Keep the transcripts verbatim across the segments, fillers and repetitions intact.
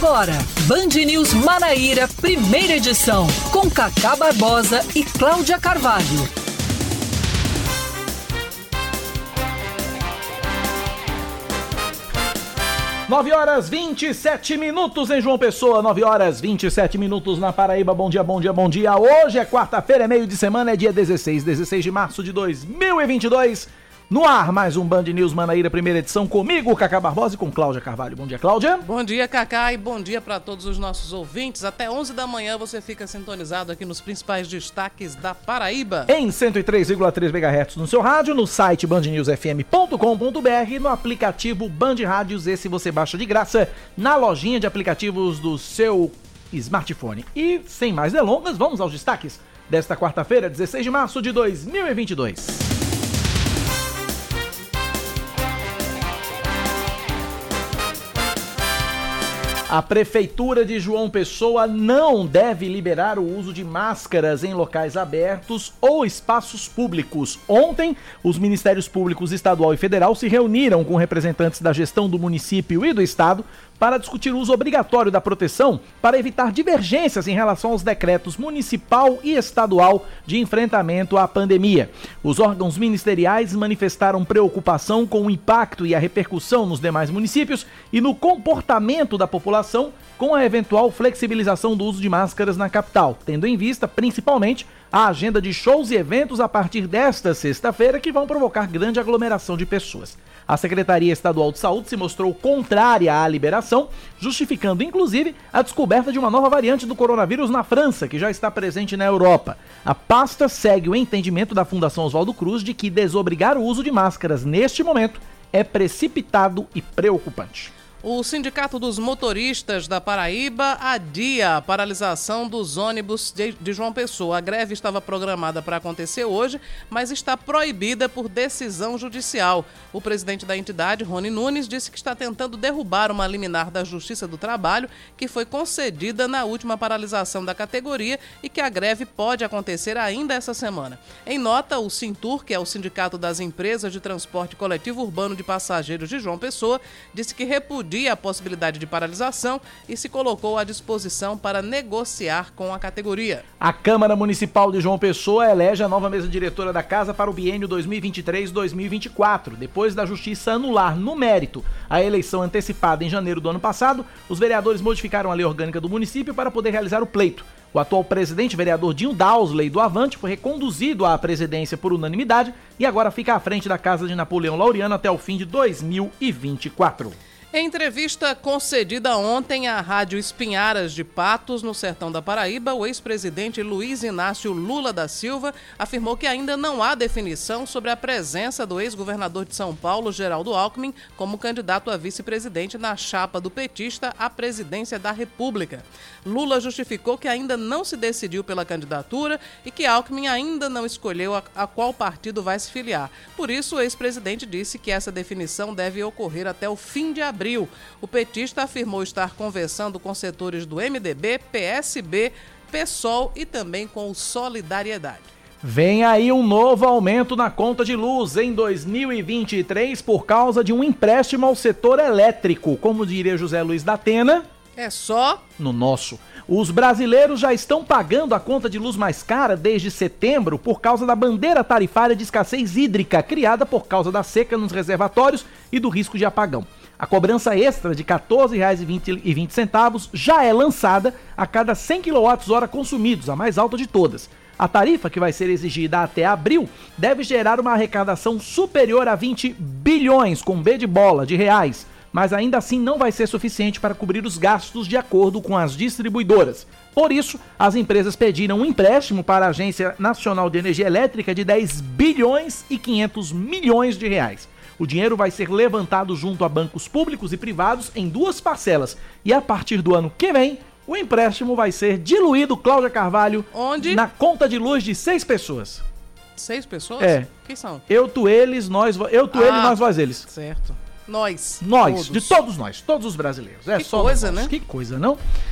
Agora, Band News Manaíra, primeira edição, com Cacá Barbosa e Cláudia Carvalho. nove horas vinte e sete minutos em João Pessoa, nove horas vinte e sete minutos na Paraíba. Bom dia, bom dia, bom dia. Hoje é quarta-feira, é meio de semana, é dia dezesseis, dezesseis de março de dois mil e vinte e dois. No ar, mais um Band News Manaíra, primeira edição, comigo, Cacá Barbosa, e com Cláudia Carvalho. Bom dia, Cláudia. Bom dia, Cacá, e bom dia para todos os nossos ouvintes. Até onze da manhã você fica sintonizado aqui nos principais destaques da Paraíba. Em cento e três vírgula três megahertz no seu rádio, no site band news f m ponto com ponto b r, no aplicativo Band Rádios, esse você baixa de graça na lojinha de aplicativos do seu smartphone. E, sem mais delongas, vamos aos destaques desta quarta-feira, dezesseis de março de dois mil e vinte e dois. A Prefeitura de João Pessoa não deve liberar o uso de máscaras em locais abertos ou espaços públicos. Ontem, os Ministérios Públicos Estadual e Federal se reuniram com representantes da gestão do município e do estado para discutir o uso obrigatório da proteção para evitar divergências em relação aos decretos municipal e estadual de enfrentamento à pandemia. Os órgãos ministeriais manifestaram preocupação com o impacto e a repercussão nos demais municípios e no comportamento da população com a eventual flexibilização do uso de máscaras na capital, tendo em vista, principalmente, a agenda de shows e eventos a partir desta sexta-feira que vão provocar grande aglomeração de pessoas. A Secretaria Estadual de Saúde se mostrou contrária à liberação, justificando, inclusive, a descoberta de uma nova variante do coronavírus na França, que já está presente na Europa. A pasta segue o entendimento da Fundação Oswaldo Cruz de que desobrigar o uso de máscaras neste momento é precipitado e preocupante. O Sindicato dos Motoristas da Paraíba adia a paralisação dos ônibus de, de João Pessoa. A greve estava programada para acontecer hoje, mas está proibida por decisão judicial. O presidente da entidade, Rony Nunes, disse que está tentando derrubar uma liminar da Justiça do Trabalho que foi concedida na última paralisação da categoria e que a greve pode acontecer ainda essa semana. Em nota, o Sintur, que é o Sindicato das Empresas de Transporte Coletivo Urbano de Passageiros de João Pessoa, disse que repudia a possibilidade de paralisação e se colocou à disposição para negociar com a categoria. A Câmara Municipal de João Pessoa elege a nova mesa diretora da casa para o biênio dois mil e vinte e três a dois mil e vinte e quatro. Depois da Justiça anular no mérito a eleição antecipada em janeiro do ano passado, os vereadores modificaram a lei orgânica do município para poder realizar o pleito. O atual presidente, vereador Dinho Dausley, do Avante, foi reconduzido à presidência por unanimidade e agora fica à frente da casa de Napoleão Laureano até o fim de dois mil e vinte e quatro. Em entrevista concedida ontem à Rádio Espinharas de Patos, no sertão da Paraíba, o ex-presidente Luiz Inácio Lula da Silva afirmou que ainda não há definição sobre a presença do ex-governador de São Paulo, Geraldo Alckmin, como candidato a vice-presidente na chapa do petista à presidência da República. Lula justificou que ainda não se decidiu pela candidatura e que Alckmin ainda não escolheu a, a qual partido vai se filiar. Por isso, o ex-presidente disse que essa definição deve ocorrer até o fim de abril. O petista afirmou estar conversando com setores do M D B, P S B, PSOL e também com o Solidariedade. Vem aí um novo aumento na conta de luz em dois mil e vinte e três por causa de um empréstimo ao setor elétrico. Como diria José Luiz da Atena, é só no nosso. Os brasileiros já estão pagando a conta de luz mais cara desde setembro por causa da bandeira tarifária de escassez hídrica criada por causa da seca nos reservatórios e do risco de apagão. A cobrança extra de quatorze reais e vinte centavos já é lançada a cada cem quilowatts-hora consumidos, a mais alta de todas. A tarifa, que vai ser exigida até abril, deve gerar uma arrecadação superior a vinte bilhões, com B de bola, de reais, mas ainda assim não vai ser suficiente para cobrir os gastos de acordo com as distribuidoras. Por isso, as empresas pediram um empréstimo para a Agência Nacional de Energia Elétrica de dez bilhões e quinhentos milhões de reais. O dinheiro vai ser levantado junto a bancos públicos e privados em duas parcelas. E a partir do ano que vem, o empréstimo vai ser diluído, Cláudia Carvalho, onde? Na conta de luz de seis pessoas. Seis pessoas? É. Quem são? Eu, tu, eles, nós, eu, tu, ah, ele, nós, vós, eles. Certo. Nós. Nós, todos. de todos nós, todos os brasileiros. É que só coisa, nós. né? Que coisa, não?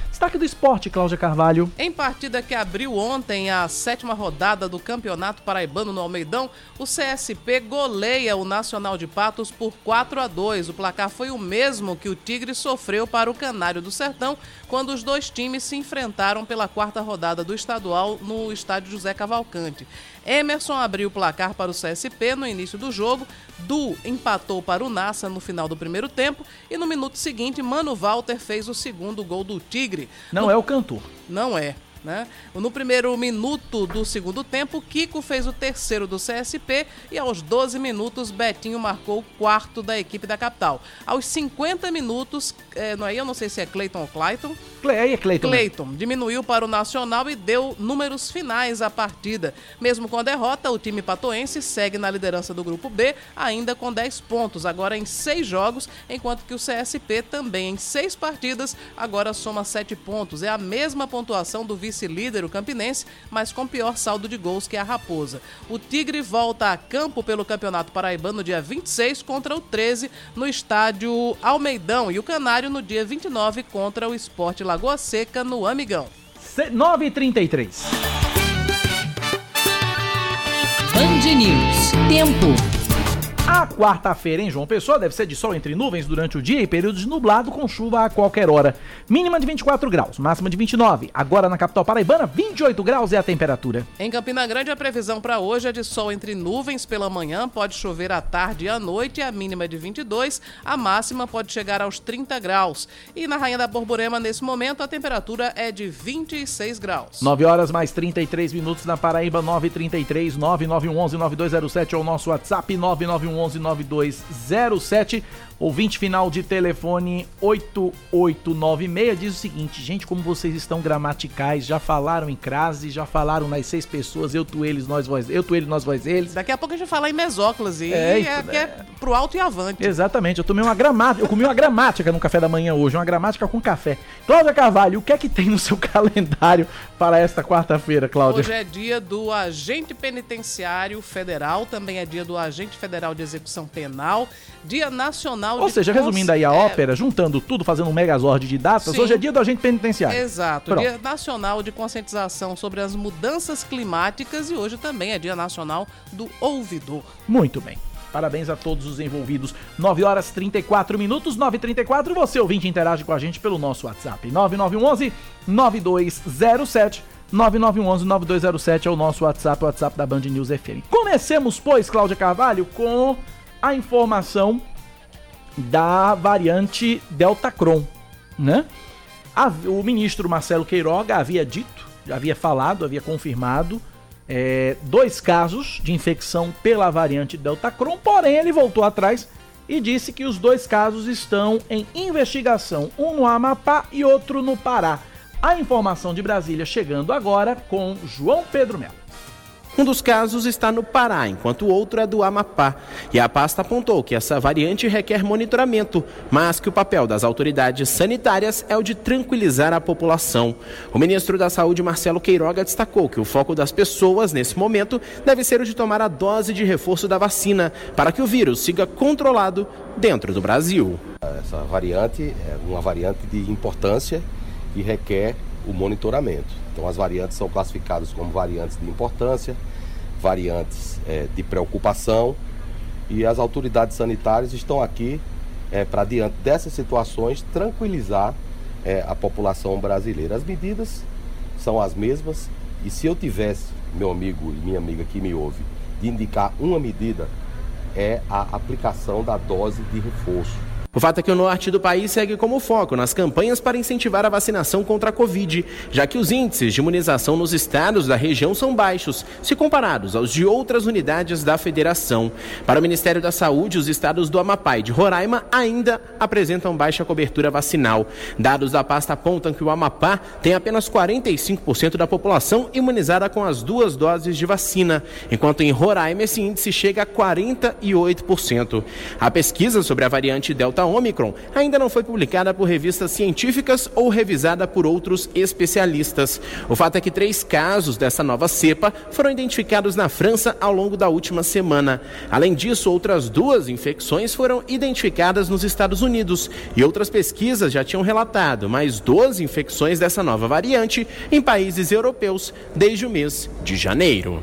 Destaque do esporte, Cláudia Carvalho. Em partida que abriu ontem a sétima rodada do Campeonato Paraibano no Almeidão, o C S P goleia o Nacional de Patos por quatro a dois. O placar foi o mesmo que o Tigre sofreu para o Canário do Sertão, quando os dois times se enfrentaram pela quarta rodada do estadual no estádio José Cavalcante. Emerson abriu o placar para o C S P no início do jogo, Du empatou para o Nassa no final do primeiro tempo e no minuto seguinte, Mano Walter fez o segundo gol do Tigre. Não no... é o cantor. Não é. Né? No primeiro minuto do segundo tempo, Kiko fez o terceiro do C S P e aos doze minutos, Betinho marcou o quarto da equipe da capital. Aos cinquenta minutos, é, não é, eu não sei se é Cleiton ou Clayton. Aí é Cleiton. Cleiton diminuiu para o Nacional e deu números finais à partida. Mesmo com a derrota, o time patoense segue na liderança do grupo B, ainda com dez pontos, agora em seis jogos, enquanto que o C S P também em seis partidas, agora soma sete pontos. É a mesma pontuação do vice-líder, o Campinense, mas com pior saldo de gols que a Raposa. O Tigre volta a campo pelo Campeonato Paraibano no dia vinte e seis contra o treze no estádio Almeidão e o Canário no dia vinte e nove contra o Sport Lagoa Seca no Amigão. nove e trinta e três. Band News. Tempo. A quarta-feira em João Pessoa deve ser de sol entre nuvens durante o dia e períodos de nublado com chuva a qualquer hora. Mínima de vinte e quatro graus, máxima de vinte e nove. Agora na capital paraibana, vinte e oito graus é a temperatura. Em Campina Grande, a previsão para hoje é de sol entre nuvens pela manhã, pode chover à tarde e à noite, a mínima de vinte e dois, a máxima pode chegar aos trinta graus. E na Rainha da Borborema, nesse momento, a temperatura é de vinte e seis graus. nove horas mais trinta e três minutos na Paraíba, nove e trinta e três, nove nove um um, nove dois zero sete é o nosso WhatsApp, nove nove um um, nove dois zero sete. Ouvinte final de telefone oito oito nove seis diz o seguinte: gente, como vocês estão gramaticais, já falaram em crase, já falaram nas seis pessoas, eu, tu, eles, nós, vós, eu, tu, eles, nós, vós, eles. Daqui a pouco a gente vai falar em mesóclise e é, é, é, é pro alto e avante. Exatamente, eu tomei uma gramática, eu comi uma gramática no café da manhã hoje, uma gramática com café. Cláudia Carvalho, o que é que tem no seu calendário para esta quarta-feira, Cláudia? Hoje é dia do agente penitenciário federal, também é dia do agente federal de execução penal, dia nacional Ou de... seja, cons... resumindo aí a é... ópera, juntando tudo, fazendo um megazord de datas, Sim. Hoje é dia do agente penitenciário. Exato, Pronto. Dia nacional de conscientização sobre as mudanças climáticas e hoje também é dia nacional do ouvidor. Muito bem. Parabéns a todos os envolvidos. nove horas e trinta e quatro minutos, nove e trinta e quatro. Você, ouvinte, interage com a gente pelo nosso WhatsApp. nove nove um um, nove dois zero sete. nove nove um um, nove dois zero sete é o nosso WhatsApp, o WhatsApp da Band News F M. Comecemos, pois, Cláudia Carvalho, com a informação da variante Deltacron, né? A, o ministro Marcelo Queiroga havia dito, já havia falado, havia confirmado é, dois casos de infecção pela variante Deltacron, porém ele voltou atrás e disse que os dois casos estão em investigação, um no Amapá e outro no Pará. A informação de Brasília chegando agora com João Pedro Melo. Um dos casos está no Pará, enquanto o outro é do Amapá. E a pasta apontou que essa variante requer monitoramento, mas que o papel das autoridades sanitárias é o de tranquilizar a população. O ministro da Saúde, Marcelo Queiroga, destacou que o foco das pessoas, nesse momento, deve ser o de tomar a dose de reforço da vacina, para que o vírus siga controlado dentro do Brasil. Essa variante é uma variante de importância e requer o monitoramento. Então as variantes são classificadas como variantes de importância, variantes é, de preocupação, e as autoridades sanitárias estão aqui é, para, diante dessas situações, tranquilizar é, a população brasileira. As medidas são as mesmas, e se eu tivesse, meu amigo e minha amiga que me ouve, de indicar uma medida, é a aplicação da dose de reforço. O fato é que o norte do país segue como foco nas campanhas para incentivar a vacinação contra a Covid, já que os índices de imunização nos estados da região são baixos, se comparados aos de outras unidades da federação. Para o Ministério da Saúde, os estados do Amapá e de Roraima ainda apresentam baixa cobertura vacinal. Dados da pasta apontam que o Amapá tem apenas quarenta e cinco por cento da população imunizada com as duas doses de vacina, enquanto em Roraima esse índice chega a quarenta e oito por cento. A pesquisa sobre a variante Delta quanto à Ômicron ainda não foi publicada por revistas científicas ou revisada por outros especialistas. O fato é que três casos dessa nova cepa foram identificados na França ao longo da última semana. Além disso, outras duas infecções foram identificadas nos Estados Unidos e outras pesquisas já tinham relatado mais doze infecções dessa nova variante em países europeus desde o mês de janeiro.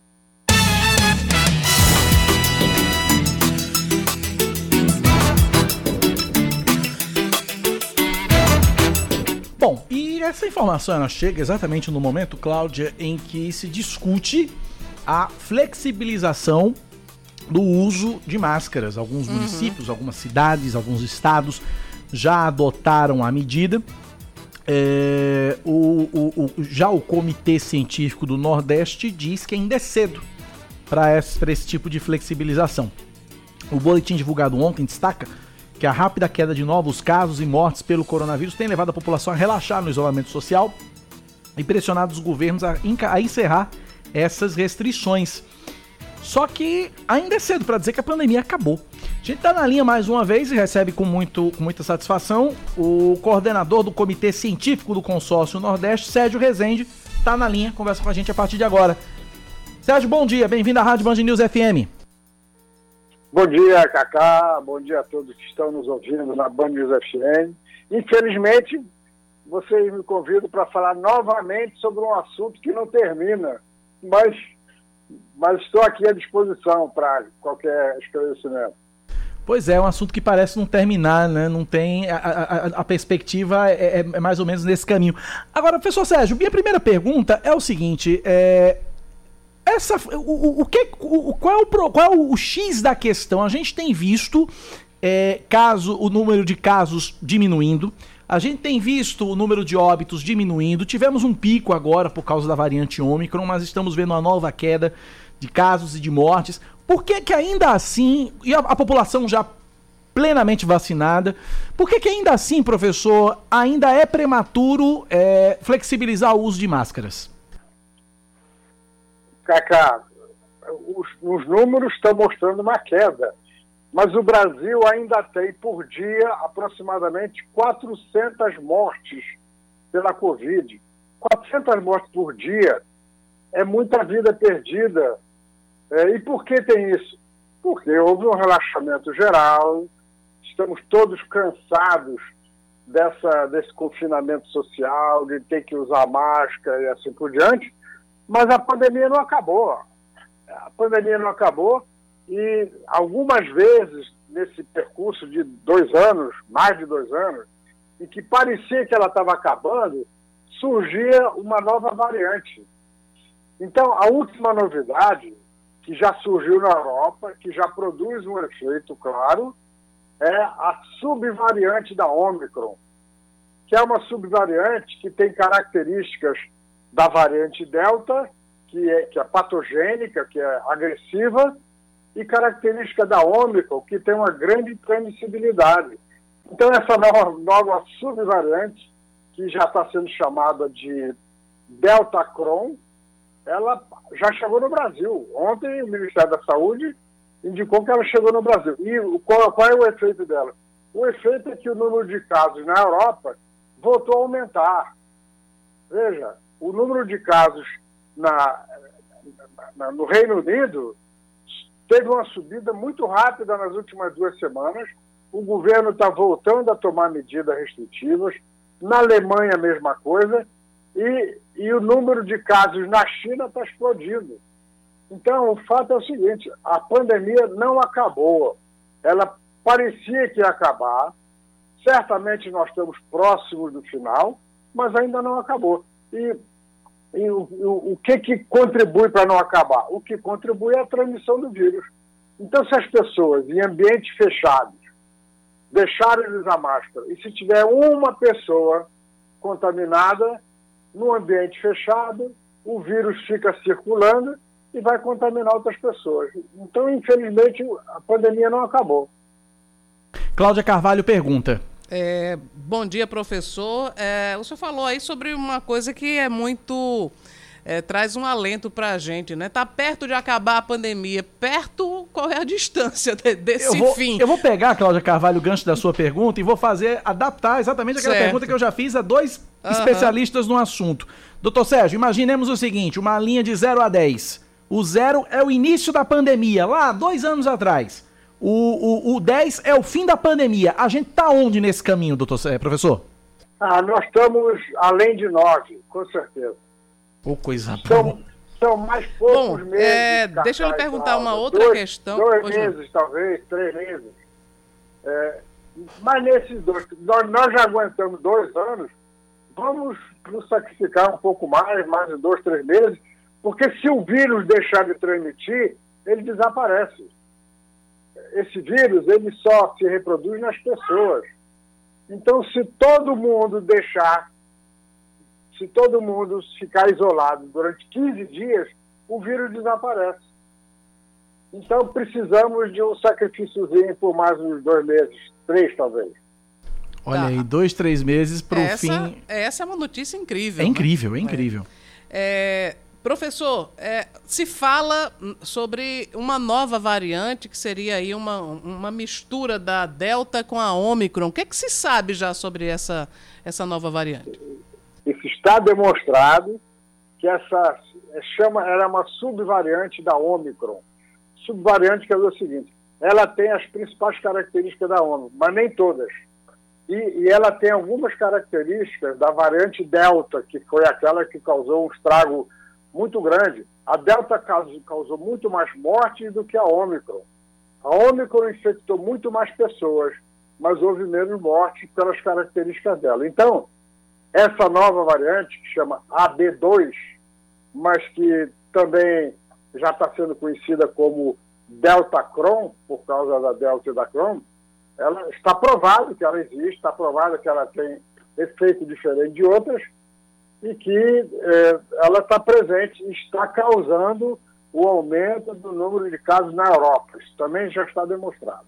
Bom, e essa informação ela chega exatamente no momento, Cláudia, em que se discute a flexibilização do uso de máscaras. Alguns uhum. municípios, algumas cidades, alguns estados já adotaram a medida. É, o, o, o, já o Comitê Científico do Nordeste diz que ainda é cedo para esse, para esse tipo de flexibilização. O boletim divulgado ontem destaca que a rápida queda de novos casos e mortes pelo coronavírus tem levado a população a relaxar no isolamento social e pressionado os governos a, a encerrar essas restrições. Só que ainda é cedo para dizer que a pandemia acabou. A gente está na linha mais uma vez e recebe com, muito, com muita satisfação o coordenador do Comitê Científico do Consórcio Nordeste, Sérgio Rezende, está na linha, conversa com a gente a partir de agora. Sérgio, bom dia, bem-vindo à Rádio Band News F M. Bom dia, Cacá, bom dia a todos que estão nos ouvindo na Band News F M. Infelizmente, vocês me convidam para falar novamente sobre um assunto que não termina, mas... mas estou aqui à disposição para qualquer esclarecimento. Pois é, é um assunto que parece não terminar, né? Não tem... A, a, a perspectiva é, é mais ou menos nesse caminho. Agora, professor Sérgio, minha primeira pergunta é o seguinte, é... Essa, o, o, que, o, qual, é o, qual é o X da questão? A gente tem visto é, caso, o número de casos diminuindo, a gente tem visto o número de óbitos diminuindo, tivemos um pico agora por causa da variante Ômicron, mas estamos vendo uma nova queda de casos e de mortes. Por que que ainda assim, e a, a população já plenamente vacinada, por que que ainda assim, professor, ainda é prematuro é, flexibilizar o uso de máscaras? Cacá, os, os números estão mostrando uma queda, mas o Brasil ainda tem por dia aproximadamente quatrocentas mortes pela Covid. quatrocentas mortes por dia é muita vida perdida. É, e por que tem isso? Porque houve um relaxamento geral, estamos todos cansados dessa, desse confinamento social, de ter que usar máscara e assim por diante. Mas a pandemia não acabou. A pandemia não acabou e algumas vezes, nesse percurso de dois anos, mais de dois anos, em que parecia que ela estava acabando, surgia uma nova variante. Então, a última novidade, que já surgiu na Europa, que já produz um efeito claro, é a subvariante da Ômicron, que é uma subvariante que tem características da variante Delta, que é, que é patogênica, que é agressiva, e característica da Ômicron, que tem uma grande transmissibilidade. Então, essa nova, nova subvariante, que já está sendo chamada de Deltacron, ela já chegou no Brasil. Ontem, o Ministério da Saúde indicou que ela chegou no Brasil. E qual, qual é o efeito dela? O efeito é que o número de casos na Europa voltou a aumentar. Veja, o número de casos na, na, no Reino Unido teve uma subida muito rápida nas últimas duas semanas. O governo está voltando a tomar medidas restritivas. Na Alemanha, a mesma coisa. E, e o número de casos na China está explodindo. Então, o fato é o seguinte, a pandemia não acabou. Ela parecia que ia acabar. Certamente nós estamos próximos do final, mas ainda não acabou. E, e o, o, o que, que contribui para não acabar? O que contribui é a transmissão do vírus. Então, se as pessoas em ambientes fechados deixarem de usar máscara, e se tiver uma pessoa contaminada no ambiente fechado, o vírus fica circulando e vai contaminar outras pessoas. Então, infelizmente, a pandemia não acabou. Cláudia Carvalho pergunta. É, bom dia, professor. É, o senhor falou aí sobre uma coisa que é muito é, traz um alento para a gente, né? Tá perto de acabar a pandemia, perto, qual é a distância de, desse eu vou, fim? Eu vou pegar, Cláudia Carvalho, o gancho da sua pergunta e vou fazer, adaptar exatamente aquela Certo. pergunta que eu já fiz a dois Uhum. especialistas no assunto. Doutor Sérgio, imaginemos o seguinte, uma linha de zero a dez. O zero é o início da pandemia, lá dois anos atrás. O, o, o dez é o fim da pandemia. A gente tá onde nesse caminho, doutor, é, professor? Ah, nós estamos além de nove, com certeza. Ô, coisa São, boa. são mais poucos Bom, meses. é, Cacá deixa eu lhe e perguntar uma Cláudia. outra dois, questão. Dois Pois não. meses, talvez, três meses. É, mas nesses dois, nós, nós já aguentamos dois anos, vamos nos sacrificar um pouco mais, mais de dois, três meses, porque se o vírus deixar de transmitir, ele desaparece. Esse vírus, ele só se reproduz nas pessoas. Então, se todo mundo deixar, se todo mundo ficar isolado durante quinze dias, o vírus desaparece. Então, precisamos de um sacrifíciozinho por mais uns dois meses, três talvez. Olha Tá. aí, dois, três meses pro essa, fim. Essa é uma notícia incrível. É né? incrível, é incrível. É, professor, é, se fala sobre uma nova variante, que seria aí uma, uma mistura da Delta com a Ômicron. O que é que se sabe já sobre essa, essa nova variante? Isso está demonstrado que essa chama, era uma subvariante da Ômicron. Subvariante quer dizer o seguinte, ela tem as principais características da Ômicron, mas nem todas. E, e ela tem algumas características da variante Delta, que foi aquela que causou um estrago muito grande. A Delta causou, causou muito mais mortes do que a Ômicron. A Ômicron infectou muito mais pessoas, mas houve menos mortes pelas características dela. Então, essa nova variante, que chama A B dois, mas que também já está sendo conhecida como Deltacron, por causa da Delta e da Cron, ela está provado que ela existe, está provado que ela tem efeito diferente de outras e que eh, ela está presente e está causando o aumento do número de casos na Europa. Isso também já está demonstrado.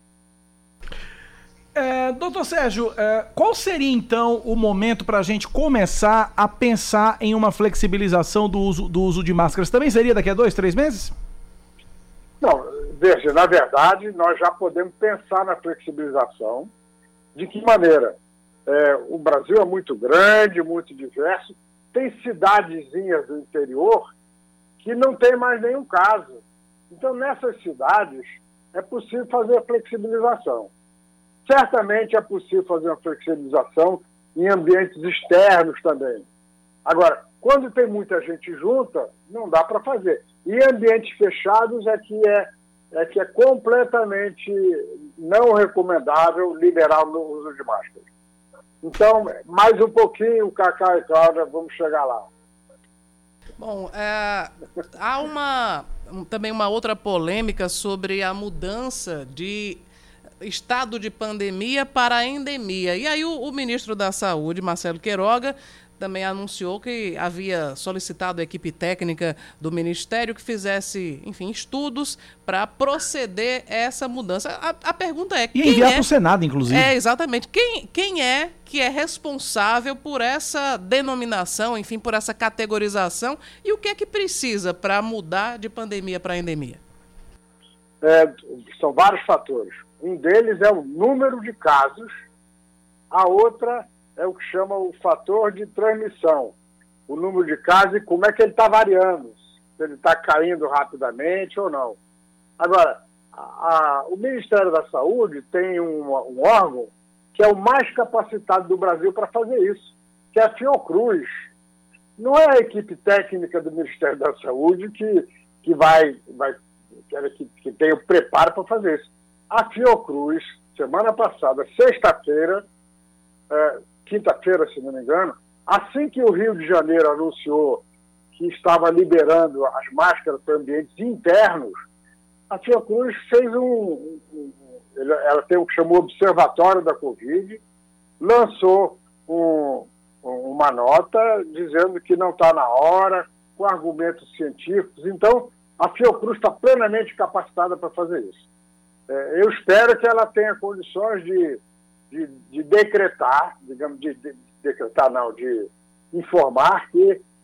É, doutor Sérgio, é, qual seria então o momento para a gente começar a pensar em uma flexibilização do uso, do uso de máscaras? Também seria daqui a dois, três meses? Não, veja, na verdade, nós já podemos pensar na flexibilização. De que maneira? É, o Brasil é muito grande, muito diverso, tem cidadezinhas do interior que não tem mais nenhum caso. Então, nessas cidades, é possível fazer a flexibilização. Certamente é possível fazer uma flexibilização em ambientes externos também. Agora, quando tem muita gente junta, não dá para fazer. E ambientes fechados é que é, é que é completamente não recomendável liberar o uso de máscara. Então, mais um pouquinho, Cacá e Cláudia, vamos chegar lá. Bom, é, há uma, também uma outra polêmica sobre a mudança de estado de pandemia para a endemia. E aí o, o ministro da Saúde, Marcelo Queiroga, também anunciou que havia solicitado a equipe técnica do Ministério que fizesse, enfim, estudos para proceder essa mudança. A, a pergunta é... E quem enviar é, para o Senado, inclusive. É, exatamente. Quem, quem é que é responsável por essa denominação, enfim, por essa categorização, e o que é que precisa para mudar de pandemia para endemia? É, são vários fatores. Um deles é o número de casos, a outra é o que chama o fator de transmissão, o número de casos e como é que ele está variando, se ele está caindo rapidamente ou não. Agora, a, a, o Ministério da Saúde tem um, um órgão que é o mais capacitado do Brasil para fazer isso, que é a Fiocruz. Não é a equipe técnica do Ministério da Saúde que, que vai, vai que, que tem o preparo para fazer isso. A Fiocruz, semana passada, sexta-feira, é, quinta-feira, se não me engano, assim que o Rio de Janeiro anunciou que estava liberando as máscaras para ambientes internos, a Fiocruz fez um... um ela tem o que chamou Observatório da Covid, lançou um, uma nota dizendo que não está na hora, com argumentos científicos. Então, a Fiocruz está plenamente capacitada para fazer isso. É, eu espero que ela tenha condições de, de, de decretar, digamos, de, de decretar não, de informar que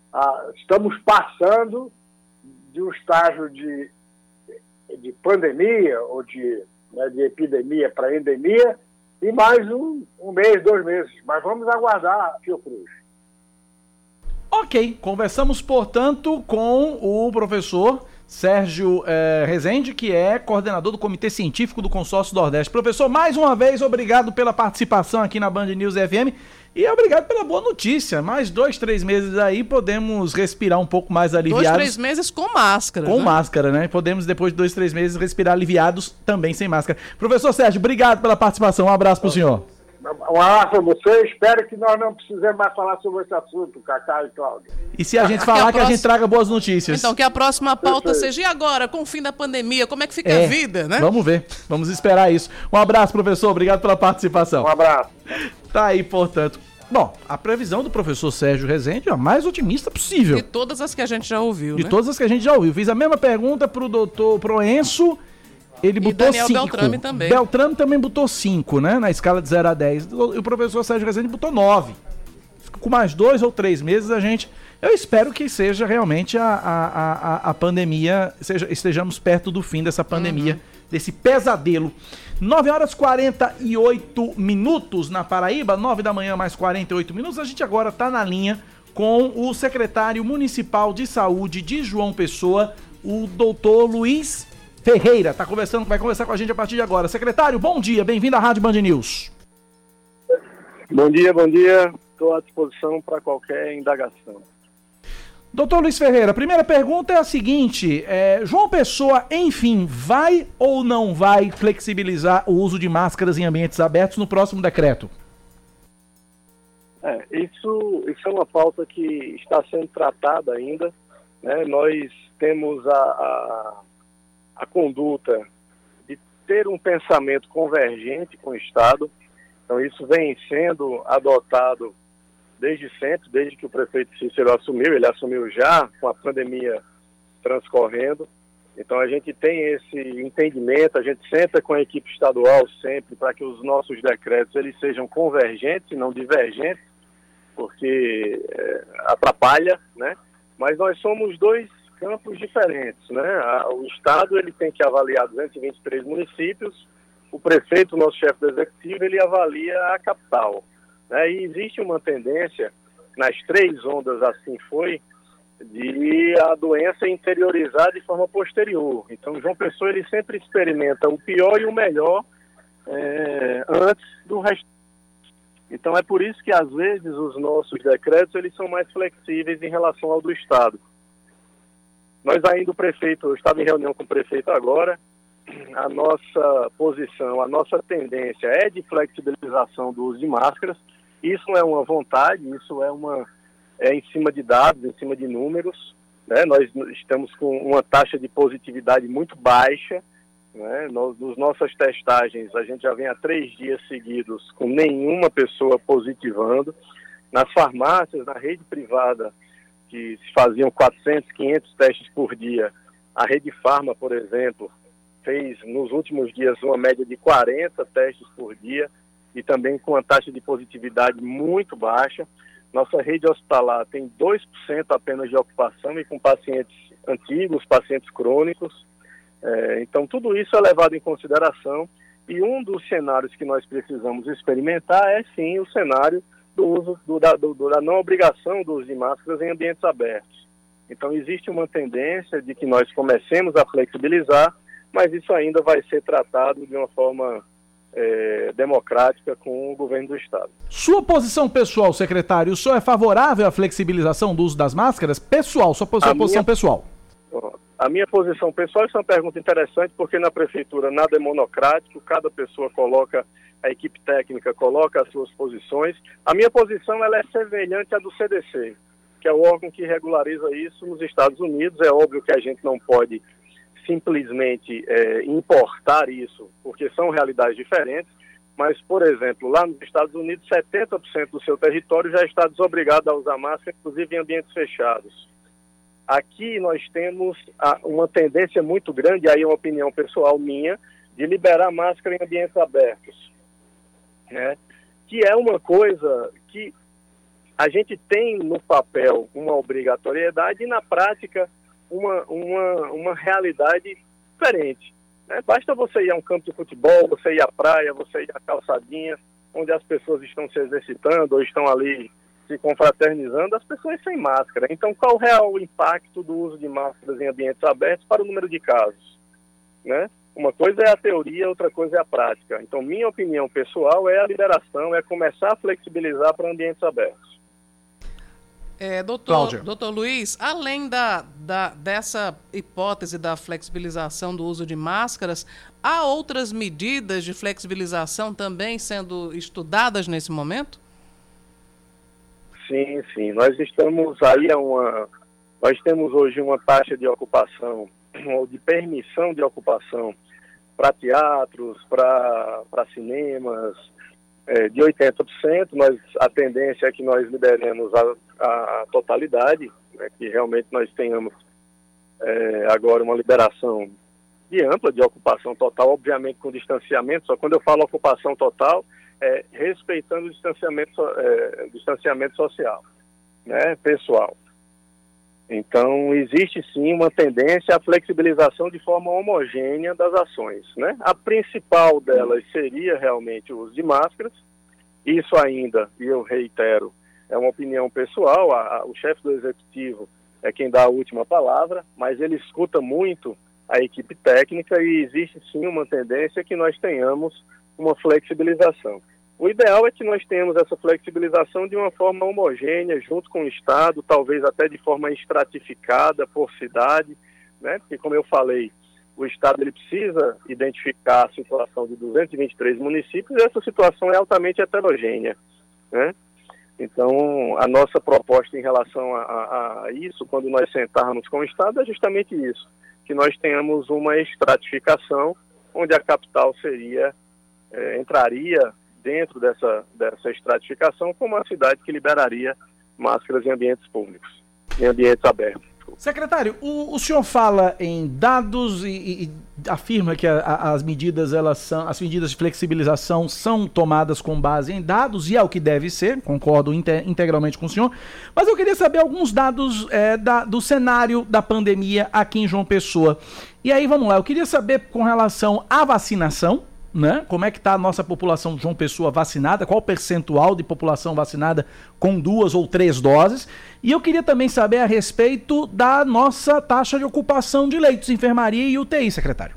ah, estamos passando de um estágio de, de pandemia ou de, né, de epidemia para endemia e mais um, um mês, dois meses. Mas vamos aguardar, Fiocruz. Ok, conversamos, portanto, com o professor Sérgio eh, Rezende, que é coordenador do Comitê Científico do Consórcio Nordeste. Professor, mais uma vez, obrigado pela participação aqui na Band News F M e obrigado pela boa notícia. Mais dois, três meses aí, podemos respirar um pouco mais aliviados. Dois, três meses com máscara. Com né? máscara, né? Podemos, depois de dois, três meses, respirar aliviados também sem máscara. Professor Sérgio, obrigado pela participação. Um abraço pro senhor. Um abraço a você, espero que nós não precisemos mais falar sobre esse assunto, Cacá e Cláudio. E se a gente falar, que a, próxima... que a gente traga boas notícias. Então, que a próxima pauta Perfeito. seja, e agora, com o fim da pandemia, como é que fica é, a vida, né? Vamos ver, vamos esperar isso. Um abraço, professor, obrigado pela participação. Um abraço. Tá aí, portanto. Bom, a previsão do professor Sérgio Rezende é a mais otimista possível. De todas as que a gente já ouviu, De né? todas as que a gente já ouviu. Fiz a mesma pergunta pro doutor Proenço. Ele E botou Daniel cinco. Beltrame também. Beltrame também botou cinco, né? Na escala de zero a dez. E o professor Sérgio Rezende botou nove. Com mais dois ou três meses a gente... Eu espero que seja realmente a, a, a, a pandemia... Seja, estejamos perto do fim dessa pandemia, uhum. desse pesadelo. nove horas e quarenta e oito minutos na Paraíba. nove da manhã mais quarenta e oito minutos. A gente agora está na linha com o secretário municipal de saúde de João Pessoa, o doutor Luiz Ferreira, tá conversando, vai conversar com a gente a partir de agora. Secretário, bom dia, bem-vindo à Rádio Band News. Bom dia, bom dia. Estou à disposição para qualquer indagação. Doutor Luiz Ferreira, a primeira pergunta é a seguinte, é, João Pessoa, enfim, vai ou não vai flexibilizar o uso de máscaras em ambientes abertos no próximo decreto? É, isso, isso é uma pauta que está sendo tratada ainda, né? Nós temos a... a a conduta de ter um pensamento convergente com o Estado. Então isso vem sendo adotado desde sempre, desde que o prefeito Cícero assumiu, ele assumiu já com a pandemia transcorrendo. Então a gente tem esse entendimento, a gente senta com a equipe estadual sempre para que os nossos decretos eles sejam convergentes e não divergentes, porque é, atrapalha, né? Mas nós somos dois campos diferentes, né? O Estado ele tem que avaliar duzentos e vinte e três municípios, o prefeito, nosso chefe do executivo, ele avalia a capital, né? E existe uma tendência, nas três ondas assim foi, de a doença interiorizar de forma posterior. Então, João Pessoa ele sempre experimenta o pior e o melhor é, antes do resto. Então, é por isso que, às vezes, os nossos decretos eles são mais flexíveis em relação ao do Estado. Nós ainda, o prefeito, eu estava em reunião com o prefeito agora, a nossa posição, a nossa tendência é de flexibilização do uso de máscaras. Isso não é uma vontade, isso é, uma, é em cima de dados, em cima de números, né? Nós estamos com uma taxa de positividade muito baixa, né? Nós, nas nossas testagens, a gente já vem há três dias seguidos com nenhuma pessoa positivando. Nas farmácias, na rede privada, que se faziam quatrocentos, quinhentos testes por dia. A Rede Farma, por exemplo, fez nos últimos dias uma média de quarenta testes por dia e também com uma taxa de positividade muito baixa. Nossa rede hospitalar tem dois por cento apenas de ocupação e com pacientes antigos, pacientes crônicos. É, então, tudo isso é levado em consideração e um dos cenários que nós precisamos experimentar é, sim, o cenário do uso do, da, do, da não obrigação do uso de máscaras em ambientes abertos. Então existe uma tendência de que nós comecemos a flexibilizar, mas isso ainda vai ser tratado de uma forma é, democrática com o governo do Estado. Sua posição pessoal, secretário, o senhor é favorável à flexibilização do uso das máscaras? Pessoal, sua posição, minha, posição pessoal. A minha posição pessoal, isso é uma pergunta interessante, porque na prefeitura nada é monocrático, cada pessoa coloca, a equipe técnica coloca as suas posições. A minha posição ela é semelhante à do C D C, que é o órgão que regulariza isso nos Estados Unidos. É óbvio que a gente não pode simplesmente é, importar isso, porque são realidades diferentes, mas, por exemplo, lá nos Estados Unidos, setenta por cento do seu território já está desobrigado a usar máscara, inclusive em ambientes fechados. Aqui nós temos a, uma tendência muito grande, aí é uma opinião pessoal minha, de liberar máscara em ambientes abertos, né? Que é uma coisa que a gente tem no papel uma obrigatoriedade e na prática uma, uma, uma realidade diferente. Né? Basta você ir a um campo de futebol, você ir à praia, você ir à calçadinha, onde as pessoas estão se exercitando ou estão ali se confraternizando, as pessoas sem máscara. Então, qual é o impacto do uso de máscaras em ambientes abertos para o número de casos? Né? Uma coisa é a teoria, outra coisa é a prática. Então, minha opinião pessoal é a liberação, é começar a flexibilizar para ambientes abertos. É, doutor, doutor Luiz, além da, da, dessa hipótese da flexibilização do uso de máscaras, há outras medidas de flexibilização também sendo estudadas nesse momento? Sim, sim. Nós estamos aí a uma... Nós temos hoje uma taxa de ocupação, ou de permissão de ocupação para teatros, para cinemas, é, de oitenta por cento. Nós, a tendência é que nós liberemos a, a totalidade, né, que realmente nós tenhamos é, agora uma liberação de ampla, de ocupação total, obviamente com distanciamento. Só quando eu falo ocupação total, é respeitando o distanciamento, é, distanciamento social, né, pessoal. Então, existe sim uma tendência à flexibilização de forma homogênea das ações, né? A principal delas seria realmente o uso de máscaras. Isso ainda, e eu reitero, é uma opinião pessoal, a, a, o chefe do executivo é quem dá a última palavra, mas ele escuta muito a equipe técnica e existe sim uma tendência que nós tenhamos uma flexibilização. O ideal é que nós tenhamos essa flexibilização de uma forma homogênea, junto com o Estado, talvez até de forma estratificada por cidade, né? Porque, como eu falei, o Estado ele precisa identificar a situação de duzentos e vinte e três municípios e essa situação é altamente heterogênea, né? Então, a nossa proposta em relação a, a, a isso, quando nós sentarmos com o Estado, é justamente isso, que nós tenhamos uma estratificação, onde a capital seria, é, entraria dentro dessa, dessa estratificação como uma cidade que liberaria máscaras em ambientes públicos, em ambientes abertos. Secretário, o, o senhor fala em dados e, e afirma que a, a, as medidas elas são, as medidas de flexibilização são tomadas com base em dados e é o que deve ser, concordo inte, integralmente com o senhor, mas eu queria saber alguns dados é, da, do cenário da pandemia aqui em João Pessoa. E aí, vamos lá, eu queria saber com relação à vacinação, né? Como é que está a nossa população de João Pessoa vacinada, qual o percentual de população vacinada com duas ou três doses, e eu queria também saber a respeito da nossa taxa de ocupação de leitos de enfermaria e U T I, secretário.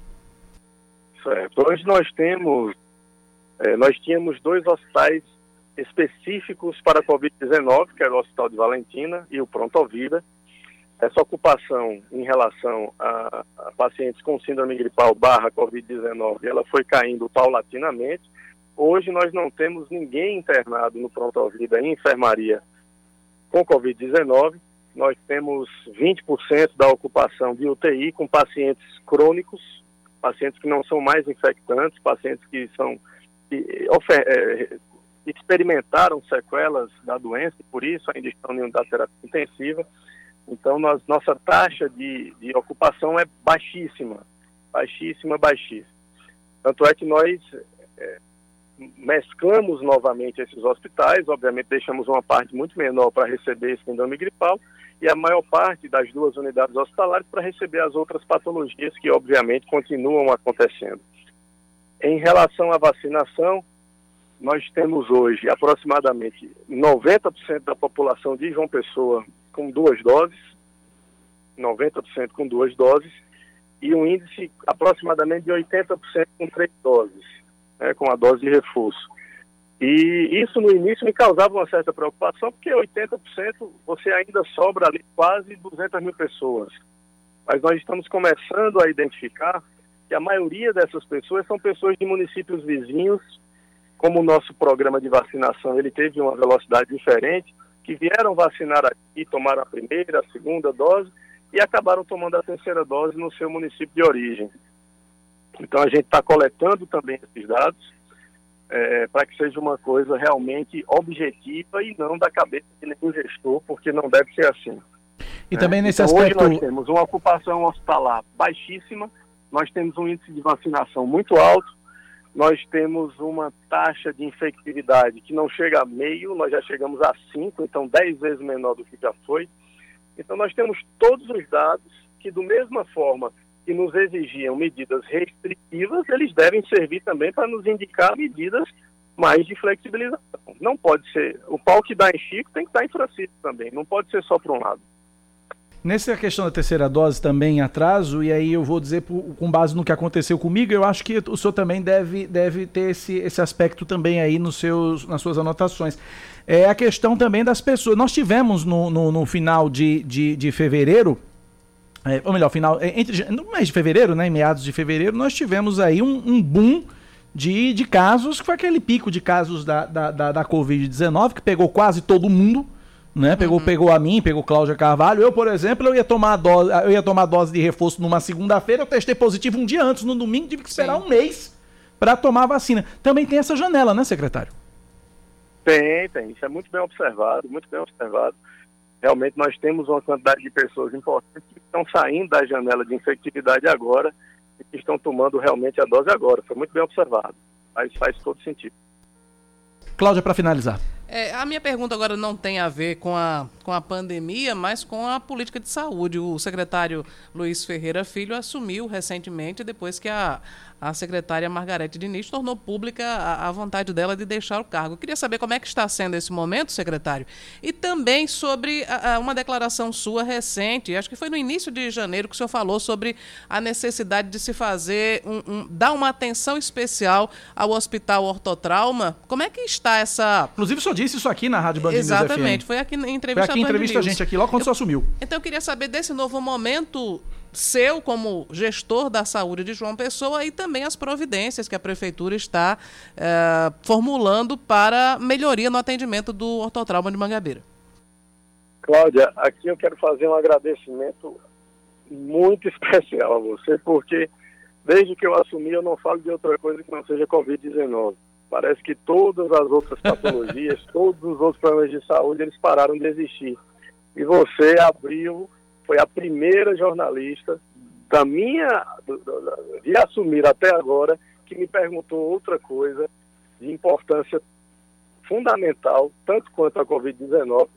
Certo, hoje nós temos, é, nós tínhamos dois hospitais específicos para a covid dezenove, que era o Hospital de Valentina e o Pronto Vida. Essa ocupação em relação a, a pacientes com síndrome gripal barra covid dezenove, ela foi caindo paulatinamente. Hoje nós não temos ninguém internado no Pronto Vida em enfermaria com covid dezenove. Nós temos vinte por cento da ocupação de U T I com pacientes crônicos, pacientes que não são mais infectantes, pacientes que são que, ofer, é, experimentaram sequelas da doença e por isso ainda estão em unidade de terapia intensiva. Então, nós, nossa taxa de, de ocupação é baixíssima, baixíssima, baixíssima. Tanto é que nós é, mesclamos novamente esses hospitais, obviamente deixamos uma parte muito menor para receber esse síndrome gripal e a maior parte das duas unidades hospitalares para receber as outras patologias que, obviamente, continuam acontecendo. Em relação à vacinação, nós temos hoje aproximadamente noventa por cento da população de João Pessoa com duas doses, noventa por cento com duas doses, e um índice aproximadamente de oitenta por cento com três doses, né, com a dose de reforço. E isso no início me causava uma certa preocupação, porque oitenta por cento você ainda sobra ali quase duzentas mil pessoas. Mas nós estamos começando a identificar que a maioria dessas pessoas são pessoas de municípios vizinhos, como o nosso programa de vacinação ele teve uma velocidade diferente, que vieram vacinar aqui, tomaram a primeira, a segunda dose e acabaram tomando a terceira dose no seu município de origem. Então a gente está coletando também esses dados é, para que seja uma coisa realmente objetiva e não da cabeça de nenhum gestor, porque não deve ser assim. E também nesse então, aspecto... Hoje nós temos uma ocupação hospitalar baixíssima, nós temos um índice de vacinação muito alto, nós temos uma taxa de infectividade que não chega a meio, nós já chegamos a cinco, então dez vezes menor do que já foi. Então nós temos todos os dados que, da mesma forma que nos exigiam medidas restritivas, eles devem servir também para nos indicar medidas mais de flexibilização. Não pode ser, o pau que dá em Chico tem que dar em Francisco também, não pode ser só para um lado. Nessa questão da terceira dose também em atraso, e aí eu vou dizer por, com base no que aconteceu comigo, eu acho que o senhor também deve, deve ter esse, esse aspecto também aí nos seus, nas suas anotações. É a questão também das pessoas. Nós tivemos no, no, no final de, de, de fevereiro, é, ou melhor, final, entre, no mês de fevereiro, né, em meados de fevereiro, nós tivemos aí um, um boom de, de casos, que foi aquele pico de casos da, da, da, da covid dezenove, que pegou quase todo mundo. Né? Pegou, uhum. pegou a mim, pegou Cláudia Carvalho. Eu, por exemplo, eu ia tomar a dose, eu ia tomar a dose de reforço numa segunda-feira, eu testei positivo um dia antes, no domingo, tive que esperar Sim. um mês para tomar a vacina. Também tem essa janela, né, secretário? Tem, tem. Isso é muito bem observado, muito bem observado. Realmente nós temos uma quantidade de pessoas importantes que estão saindo da janela de infectividade agora e que estão tomando realmente a dose agora. Foi muito bem observado. Mas faz todo sentido. Cláudia, para finalizar. É, a minha pergunta agora não tem a ver com a, com a pandemia, mas com a política de saúde. O secretário Luiz Ferreira Filho assumiu recentemente, depois que a, a secretária Margarete Diniz tornou pública a, a vontade dela de deixar o cargo. Eu queria saber como é que está sendo esse momento, secretário, e também sobre a, a, uma declaração sua recente, acho que foi no início de janeiro que o senhor falou sobre a necessidade de se fazer, um, um, dar uma atenção especial ao Hospital Ortotrauma. Como é que está essa... Inclusive, o senhor disse isso aqui na Rádio Band News F M. Exatamente, foi aqui em entrevista Foi aqui em entrevista a gente aqui, logo quando o senhor assumiu. Então eu queria saber desse novo momento seu como gestor da saúde de João Pessoa e também as providências que a Prefeitura está eh, formulando para melhoria no atendimento do Ortotrauma de Mangabeira. Cláudia, aqui eu quero fazer um agradecimento muito especial a você, porque desde que eu assumi eu não falo de outra coisa que não seja covid dezenove. Parece que todas as outras patologias, todos os outros problemas de saúde, eles pararam de existir. E você abriu, foi a primeira jornalista da minha, de assumir até agora, que me perguntou outra coisa de importância fundamental, tanto quanto a covid dezenove,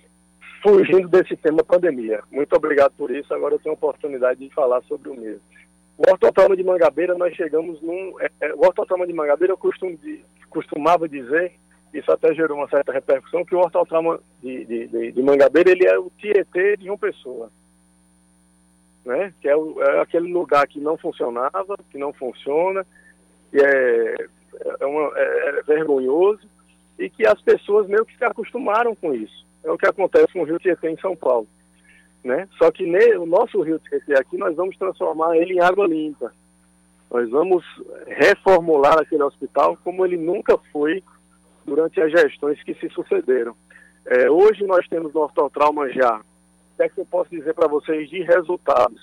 fugindo desse tema pandemia. Muito obrigado por isso, agora eu tenho a oportunidade de falar sobre o mesmo. O Ortotrauma de Mangabeira, nós chegamos num... É, é, o Ortotrauma de Mangabeira, eu costumo de, costumava dizer, isso até gerou uma certa repercussão, que o Ortotrauma de, de, de, de Mangabeira, ele é o Tietê de uma pessoa. Né? Que é, o, é aquele lugar que não funcionava, que não funciona, que é, é, uma, é, é vergonhoso, e que as pessoas meio que se acostumaram com isso. É o que acontece com o Rio Tietê em São Paulo. Né? Só que ne, o nosso Rio Tietê aqui, nós vamos transformar ele em água limpa. Nós vamos reformular aquele hospital como ele nunca foi durante as gestões que se sucederam. É, hoje nós temos no Ortotrauma já, o que é que eu posso dizer para vocês de resultados?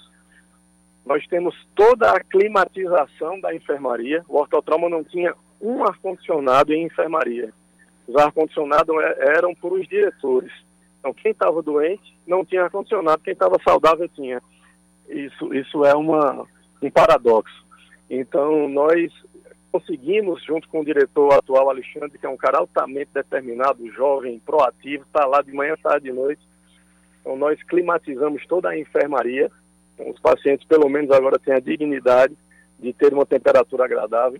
Nós temos toda a climatização da enfermaria. O Ortotrauma não tinha um ar-condicionado em enfermaria. Os ar-condicionados eram por os diretores. Então, quem estava doente não tinha ar-condicionado, quem estava saudável tinha. Isso, isso é uma, um paradoxo. Então, nós conseguimos, junto com o diretor atual, Alexandre, que é um cara altamente determinado, jovem, proativo, está lá de manhã, tarde e noite. Então, nós climatizamos toda a enfermaria. Então, os pacientes, pelo menos agora, têm a dignidade de ter uma temperatura agradável.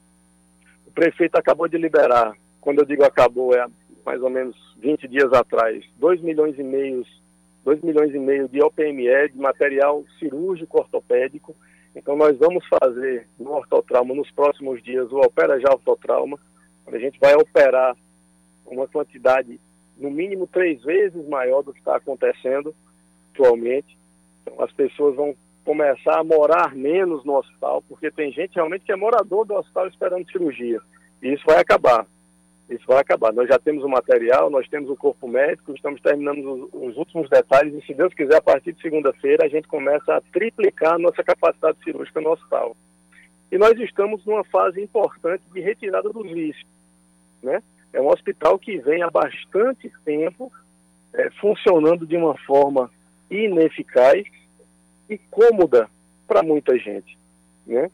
O prefeito acabou de liberar, quando eu digo acabou, é mais ou menos vinte dias atrás, dois milhões e meio, dois milhões e meio de O P M E, de material cirúrgico ortopédico. Então nós vamos fazer no Ortotrauma, nos próximos dias, o Opera Já Ortotrauma, onde a gente vai operar uma quantidade, no mínimo, três vezes maior do que está acontecendo atualmente. Então as pessoas vão começar a morar menos no hospital, porque tem gente realmente que é morador do hospital esperando cirurgia. E isso vai acabar. Isso vai acabar. Nós já temos o material, nós temos o corpo médico, estamos terminando os, os últimos detalhes e, se Deus quiser, a partir de segunda-feira, a gente começa a triplicar a nossa capacidade cirúrgica no hospital. E nós estamos numa fase importante de retirada dos vícios. Né? É um hospital que vem há bastante tempo é, funcionando de uma forma ineficaz e cômoda para muita gente. Né?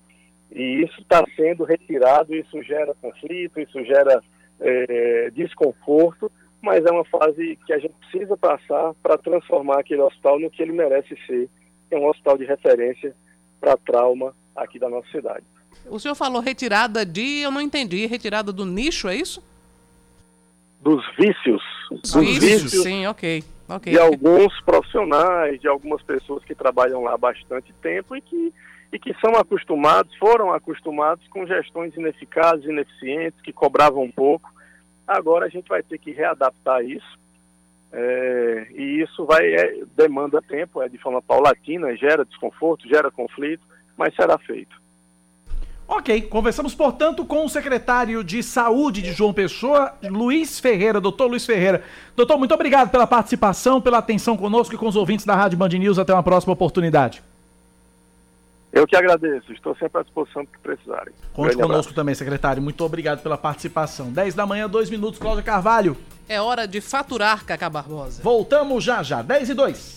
E isso está sendo retirado, isso gera conflito, isso gera é, desconforto, mas é uma fase que a gente precisa passar para transformar aquele hospital no que ele merece ser, que é um hospital de referência para trauma aqui da nossa cidade. O senhor falou retirada de, eu não entendi, retirada do nicho, é isso? Dos vícios. Dos dos vícios, vícios sim, ok. okay. De alguns profissionais, de algumas pessoas que trabalham lá há bastante tempo e que, e que são acostumados, foram acostumados com gestões ineficazes, ineficientes, que cobravam pouco. Agora a gente vai ter que readaptar isso. É, e isso vai é, demanda tempo, é de forma paulatina, gera desconforto, gera conflito, mas será feito. Ok, conversamos, portanto, com o secretário de Saúde de João Pessoa, Luiz Ferreira, doutor Luiz Ferreira. Doutor, muito obrigado pela participação, pela atenção conosco e com os ouvintes da Rádio Band News. Até uma próxima oportunidade. Eu que agradeço, estou sempre à disposição para que precisarem. Conte conosco também, secretário. Muito obrigado pela participação. dez da manhã, dois minutos, Cláudia Carvalho. É hora de faturar, Cacá Barbosa. Voltamos já já, dez e dois.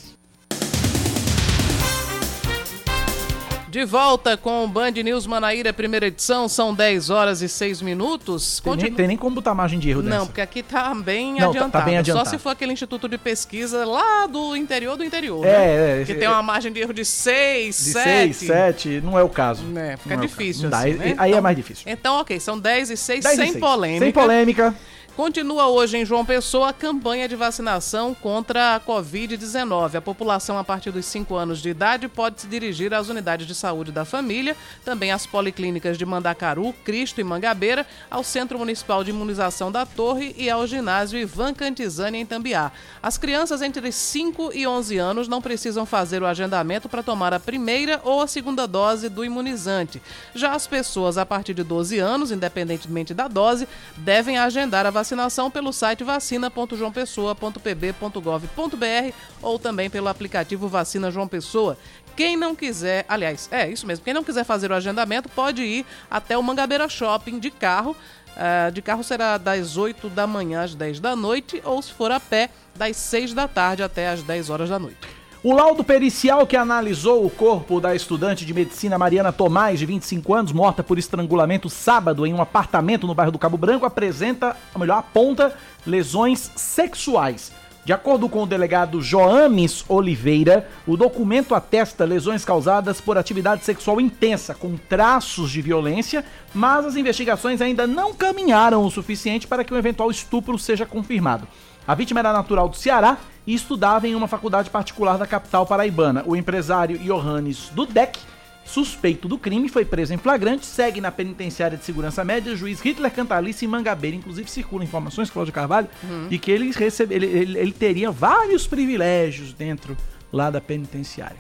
De volta com o Band News Manaíra, primeira edição, são dez horas e seis minutos. Tem, Continu... nem, tem nem como botar margem de erro Não, dessa. porque aqui tá bem, Não, adiantado. Tá, tá bem adiantado. Só se for aquele instituto de pesquisa lá do interior do interior, é, né? É, que é, tem uma margem de erro de seis, de sete. seis, sete, não é o caso. É, fica não difícil é assim, dá, né? Aí então, é mais difícil. Então, ok, são dez e seis, dez sem e seis. polêmica. Sem polêmica. Continua hoje em João Pessoa a campanha de vacinação contra a covid dezenove. A população a partir dos cinco anos de idade pode se dirigir às unidades de saúde da família, também às policlínicas de Mandacaru, Cristo e Mangabeira, ao Centro Municipal de Imunização da Torre e ao ginásio Ivan Cantizani em Tambiá. As crianças entre cinco e onze anos não precisam fazer o agendamento para tomar a primeira ou a segunda dose do imunizante. Já as pessoas a partir de doze anos, independentemente da dose, devem agendar a vacinação vacinação pelo site vacina ponto joão pessoa ponto p b ponto gov ponto b r ou também pelo aplicativo Vacina João Pessoa. Quem não quiser, aliás, é isso mesmo, quem não quiser fazer o agendamento pode ir até o Mangabeira Shopping de carro. Uh, de carro será das oito da manhã às dez da noite ou, se for a pé, das seis da tarde até às dez horas da noite. O laudo pericial que analisou o corpo da estudante de medicina Mariana Tomás, de vinte e cinco anos, morta por estrangulamento sábado em um apartamento no bairro do Cabo Branco, apresenta, ou melhor, aponta lesões sexuais. De acordo com o delegado Joames Oliveira, o documento atesta lesões causadas por atividade sexual intensa, com traços de violência, mas as investigações ainda não caminharam o suficiente para que um eventual estupro seja confirmado. A vítima era natural do Ceará e estudava em uma faculdade particular da capital paraibana. O empresário Johannes Dudek, suspeito do crime, foi preso em flagrante, segue na penitenciária de segurança média, juiz Hitler Cantalice em Mangabeira. Inclusive circulam informações, Cláudio Carvalho, uhum. de que ele, recebe, ele, ele, ele teria vários privilégios dentro lá da penitenciária.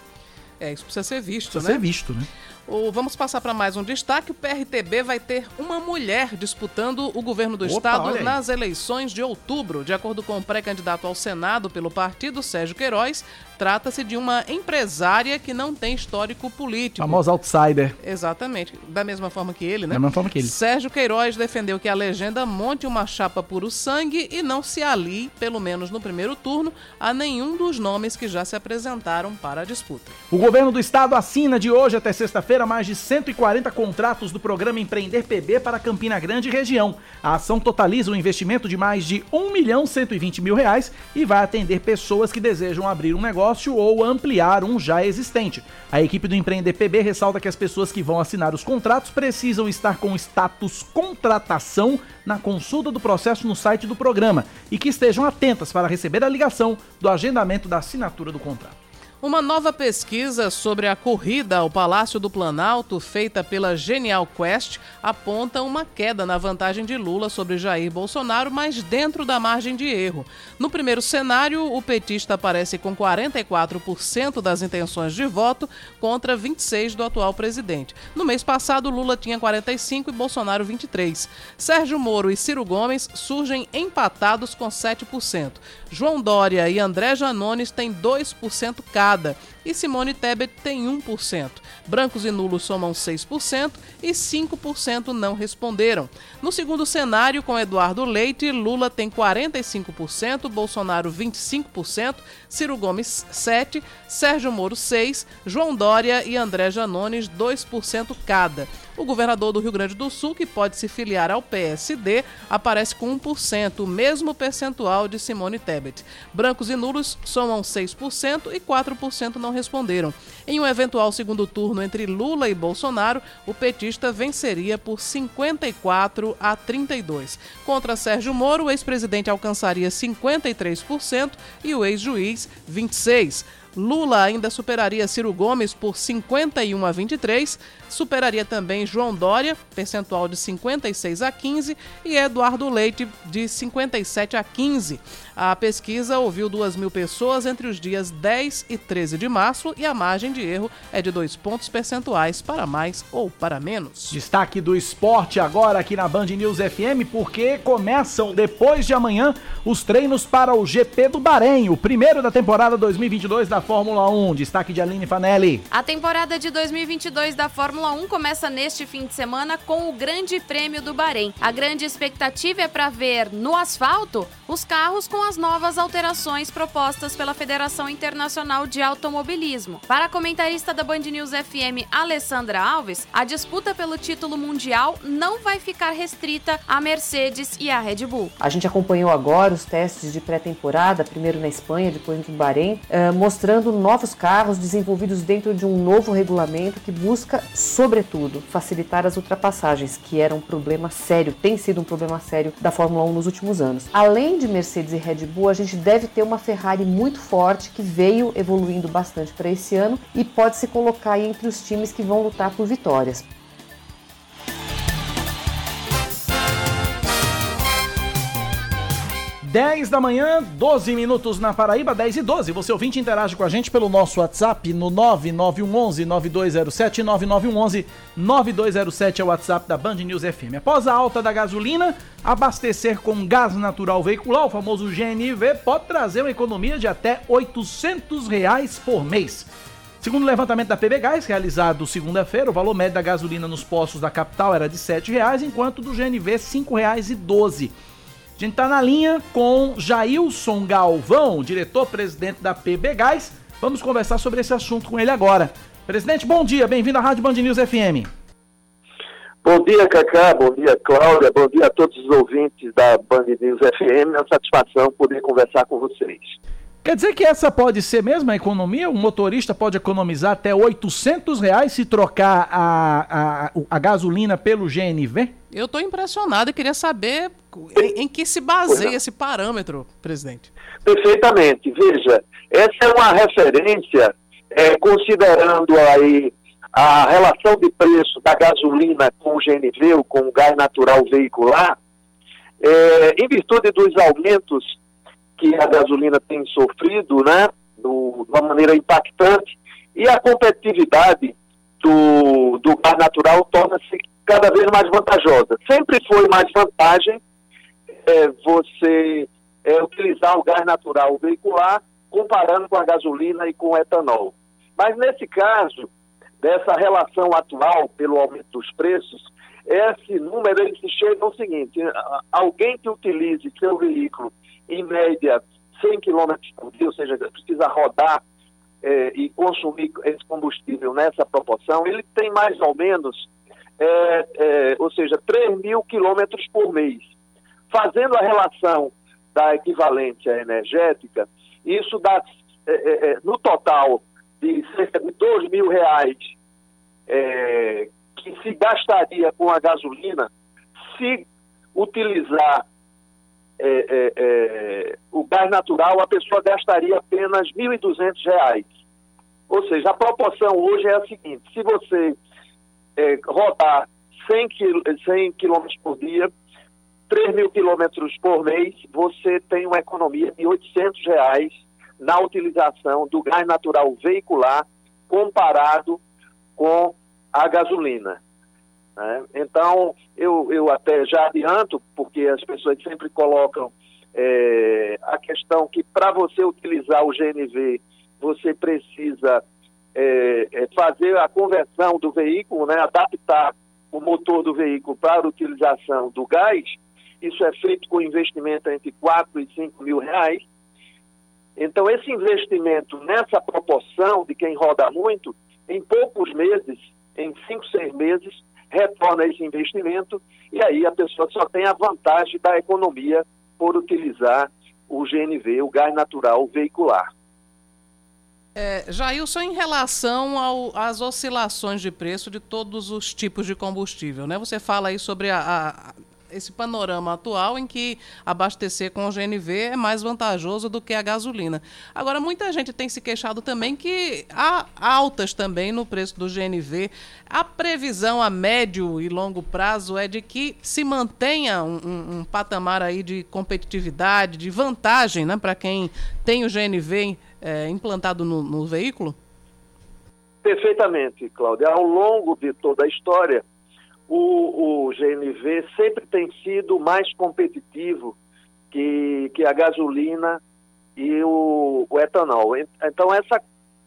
É, isso precisa ser visto, precisa né? Precisa ser visto, né? O, vamos passar para mais um destaque. O P R T B vai ter uma mulher disputando o governo do Opa, estado nas eleições de outubro. De acordo com o pré-candidato ao Senado pelo partido, Sérgio Queiroz, trata-se de uma empresária que não tem histórico político. Famoso outsider. Exatamente. Da mesma forma que ele, né? Da mesma forma que ele. Sérgio Queiroz defendeu que a legenda monte uma chapa puro sangue e não se alie, pelo menos no primeiro turno, a nenhum dos nomes que já se apresentaram para a disputa. O governo do estado assina de hoje até sexta-feira mais de cento e quarenta contratos do programa Empreender P B para Campina Grande e região. A ação totaliza um investimento de mais de um milhão cento e vinte mil reais e vai atender pessoas que desejam abrir um negócio ou ampliar um já existente. A equipe do Empreender P B ressalta que as pessoas que vão assinar os contratos precisam estar com status contratação na consulta do processo no site do programa e que estejam atentas para receber a ligação do agendamento da assinatura do contrato. Uma nova pesquisa sobre a corrida ao Palácio do Planalto, feita pela Genial Quest, aponta uma queda na vantagem de Lula sobre Jair Bolsonaro, mas dentro da margem de erro. No primeiro cenário, o petista aparece com quarenta e quatro por cento das intenções de voto contra vinte e seis por cento do atual presidente. No mês passado, Lula tinha quarenta e cinco por cento e Bolsonaro vinte e três por cento. Sérgio Moro e Ciro Gomes surgem empatados com sete por cento. João Dória e André Janones têm dois por cento cada. e Simone Tebet tem um por cento. Brancos e nulos somam seis por cento e cinco por cento não responderam. No segundo cenário, com Eduardo Leite, Lula tem quarenta e cinco por cento, Bolsonaro vinte e cinco por cento, Ciro Gomes sete por cento, Sérgio Moro seis por cento, João Dória e André Janones dois por cento cada. O governador do Rio Grande do Sul, que pode se filiar ao P S D, aparece com um por cento, o mesmo percentual de Simone Tebet. Brancos e nulos somam seis por cento e quatro por cento não responderam. Em um eventual segundo turno entre Lula e Bolsonaro, o petista venceria por cinquenta e quatro a trinta e dois. Contra Sérgio Moro, o ex-presidente alcançaria cinquenta e três por cento e o ex-juiz vinte e seis por cento. Lula ainda superaria Ciro Gomes por cinquenta e um a vinte e três, superaria também João Dória, percentual de cinquenta e seis a quinze, e Eduardo Leite, de cinquenta e sete a quinze. A pesquisa ouviu duas mil pessoas entre os dias dez e treze de março e a margem de erro é de dois pontos percentuais para mais ou para menos. Destaque do esporte agora aqui na Band News F M, porque começam depois de amanhã os treinos para o G P do Bahrein, o primeiro da temporada dois mil e vinte e dois da Fórmula um. Destaque de Aline Fanelli. A temporada de dois mil e vinte e dois da Fórmula um começa neste fim de semana com o Grande Prêmio do Bahrein. A grande expectativa é para ver no asfalto os carros com as novas alterações propostas pela Federação Internacional de Automobilismo. Para a comentarista da Band News F M, Alessandra Alves, a disputa pelo título mundial não vai ficar restrita à Mercedes e à Red Bull. A gente acompanhou agora os testes de pré-temporada, primeiro na Espanha, depois no Bahrein, uh, mostrando novos carros desenvolvidos dentro de um novo regulamento que busca, sobretudo, facilitar as ultrapassagens, que era um problema sério, tem sido um problema sério da Fórmula um nos últimos anos. Além de Mercedes e Red Bull, a gente deve ter uma Ferrari muito forte, que veio evoluindo bastante para esse ano e pode se colocar aí entre os times que vão lutar por vitórias. dez da manhã, doze minutos na Paraíba, dez e doze. Você ouvinte interage com a gente pelo nosso WhatsApp no nove nove um um nove dois zero sete, nove nove um um nove dois zero sete é o WhatsApp da Band News F M. Após a alta da gasolina, abastecer com gás natural veicular, o famoso G N V, pode trazer uma economia de até oitocentos reais por mês. Segundo o levantamento da P B Gás, realizado segunda-feira, o valor médio da gasolina nos postos da capital era de sete reais, enquanto do G N V cinco reais e doze centavos. A gente está na linha com Jailson Galvão, diretor-presidente da P B Gás. Vamos conversar sobre esse assunto com ele agora. Presidente, bom dia, bem-vindo à Rádio Band News F M. Bom dia, Cacá, bom dia, Cláudia, bom dia a todos os ouvintes da Band News F M. É uma satisfação poder conversar com vocês. Quer dizer que essa pode ser mesmo a economia? Um motorista pode economizar até oitocentos reais se trocar a, a, a gasolina pelo G N V? Eu estou impressionado e queria saber em, em que se baseia esse parâmetro, presidente. Perfeitamente. Veja, essa é uma referência, é, considerando aí a relação de preço da gasolina com o G N V, ou com o gás natural veicular, é, em virtude dos aumentos que a gasolina tem sofrido, né, do, de uma maneira impactante, e a competitividade do, do gás natural torna-se cada vez mais vantajosa. Sempre foi mais vantagem é, você é, utilizar o gás natural veicular comparando com a gasolina e com o etanol. Mas nesse caso, dessa relação atual pelo aumento dos preços, esse número ele se chega ao seguinte: alguém que utilize seu veículo em média cem quilômetros por dia, ou seja, precisa rodar é, e consumir esse combustível nessa proporção, ele tem mais ou menos, é, é, ou seja, três mil quilômetros por mês. Fazendo a relação da equivalência energética, isso dá, é, é, no total, de cerca de dois mil reais é, que se gastaria com a gasolina se utilizar É, é, é, o gás natural, a pessoa gastaria apenas mil e duzentos reais. Ou seja, a proporção hoje é a seguinte: se você é, rodar cem quilômetros por dia, três mil quilômetros por mês, você tem uma economia de oitocentos reais na utilização do gás natural veicular comparado com a gasolina. Então, eu, eu até já adianto, porque as pessoas sempre colocam é, a questão que para você utilizar o G N V, você precisa é, é fazer a conversão do veículo, né, adaptar o motor do veículo para a utilização do gás. Isso é feito com investimento entre quatro e cinco mil reais. Então, esse investimento nessa proporção de quem roda muito, em poucos meses, em cinco, seis meses, retorna esse investimento e aí a pessoa só tem a vantagem da economia por utilizar o G N V, o gás natural veicular. É, Jailson, em relação ao, às oscilações de preço de todos os tipos de combustível, né? Você fala aí sobre a, a, esse panorama atual em que abastecer com o G N V é mais vantajoso do que a gasolina. Agora, muita gente tem se queixado também que há altas também no preço do G N V. A previsão a médio e longo prazo é de que se mantenha um, um, um patamar aí de competitividade, de vantagem, né, para quem tem o G N V É, implantado no, no veículo? Perfeitamente, Cláudia. Ao longo de toda a história, o, o G N V sempre tem sido mais competitivo que, que a gasolina e o, o etanol. Então, essa,